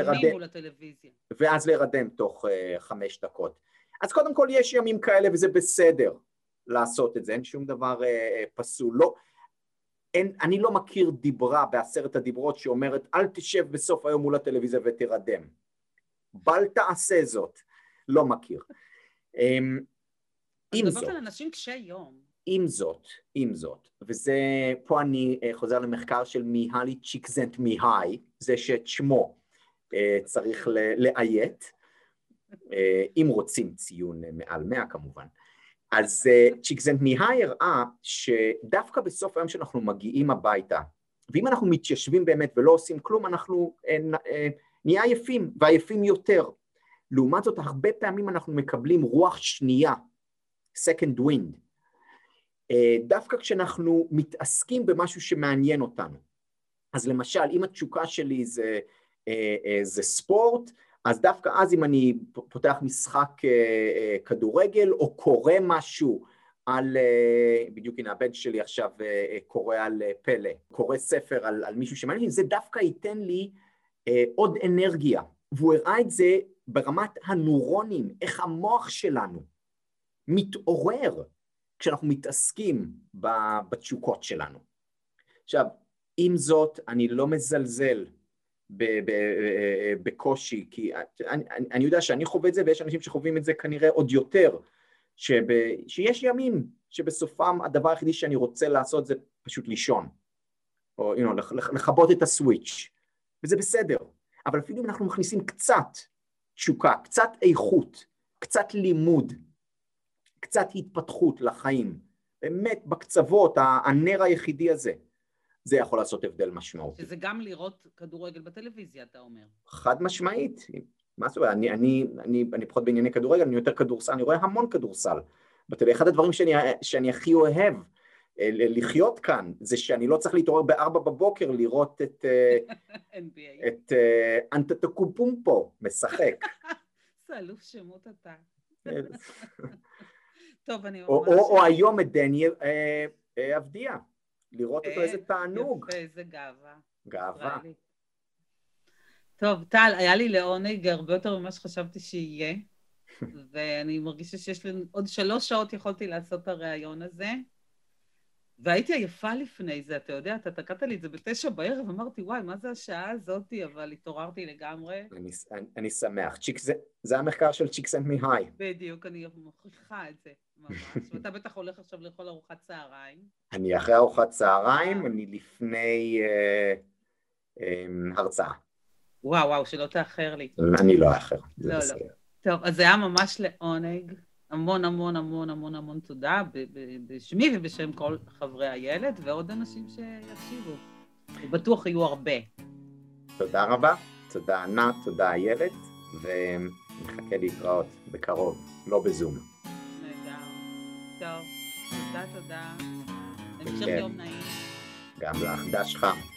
ואז להירדם תוך 5 דקות. אז קודם כל יש ימים כאלה וזה בסדר לעשות את זה, אין שום דבר פסול. לא, אני לא מכיר דיברה ב10 הדיברות שאומרת אל תשב בסוף היום מול הטלוויזיה ותירדם. בל תעשה זאת, לא מכיר. אני מדברת על אנשים קשי יום. עם זאת, וזה, פה אני חוזר למחקר של מיהלי צ'יקסנטמיהי, זה שאת שמו צריך לאיית, אם רוצים ציון מעל 100 כמובן. אז צ'יקסנטמיהי הראה שדווקא בסוף היום שאנחנו מגיעים הביתה, ואם אנחנו מתיישבים באמת ולא עושים כלום, אנחנו נהיה עייפים, ועייפים יותר. לעומת זאת, הרבה פעמים אנחנו מקבלים רוח שנייה, second wind, דווקא כשאנחנו מתעסקים במשהו שמעניין אותנו. אז למשל, אם התשוקה שלי זה ספורט, אז דווקא אז אם אני פותח משחק כדורגל, או קורא משהו על, בדיוק הנה הבן שלי עכשיו קורא על פלא, קורא ספר על מישהו שמעניין, זה דווקא ייתן לי עוד אנרגיה, והוא הראה את זה ברמת הנוירונים, איך המוח שלנו מתעורר כשאנחנו מתעסקים בתשוקות שלנו. עכשיו, עם זאת, אני לא מזלזל בקושי, כי אני יודע שאני חווה את זה, ויש אנשים שחווים את זה כנראה עוד יותר, שיש ימים שבסופם הדבר היחידי שאני רוצה לעשות זה פשוט לישון, או לכבות את הסוויץ', וזה בסדר. אבל אפילו אם אנחנו מכניסים קצת תשוקה, קצת איכות, קצת לימוד, קצת התפתחות לחיים, באמת בקצוות, הנר היחידי הזה, זה יכול לעשות הבדל משמעותי. שזה גם לראות כדורגל בטלוויזיה, אתה אומר. חד משמעית. מה זאת אומרת? אני פחות בענייני כדורגל, אני יותר כדורסל, אני רואה המון כדורסל. אחד הדברים שאני הכי אוהב לחיות כאן, זה שאני לא צריך להתעורר ב4 בבוקר לראות את אנטטוקומפו משחק. זה אלוף שמות אתה. טוב, אני או היום את דני אבדיה, לראות אותו איזה תענוג. יפה, איזה גאווה. גאווה. טוב, טל, היה לי לעונג הרבה יותר ממה שחשבתי שיהיה, ואני מרגישה שיש לי עוד 3 שעות יכולתי לעשות את הרעיון הזה, והייתי עייפה לפני זה, אתה יודע, אתה תקעת לי את זה ב9 בערב, אמרתי, וואי, מה זה השעה הזאת, אבל התעוררתי לגמרי. אני שמח. זה המחקר של צ'יקסנטמיהי. בדיוק, אני מוכיחה את זה ממש. ואתה בטח הולך עכשיו לאכול ארוחת צהריים. אני אחרי ארוחת צהריים, אני לפני הרצאה. וואו, שלא תאחר לי. אני לא אחר. לא. טוב, אז זה היה ממש לעונג. המון תודה בשמי ובשם כל חברי הילד, ועוד אנשים שיקשיבו. בטוח יהיו הרבה. תודה רבה, תודה ענת, תודה הילד, ונחכה להתראות בקרוב, לא בזום. נהדר. טוב, תודה. המשך יום נעים. גם לך, דש חם.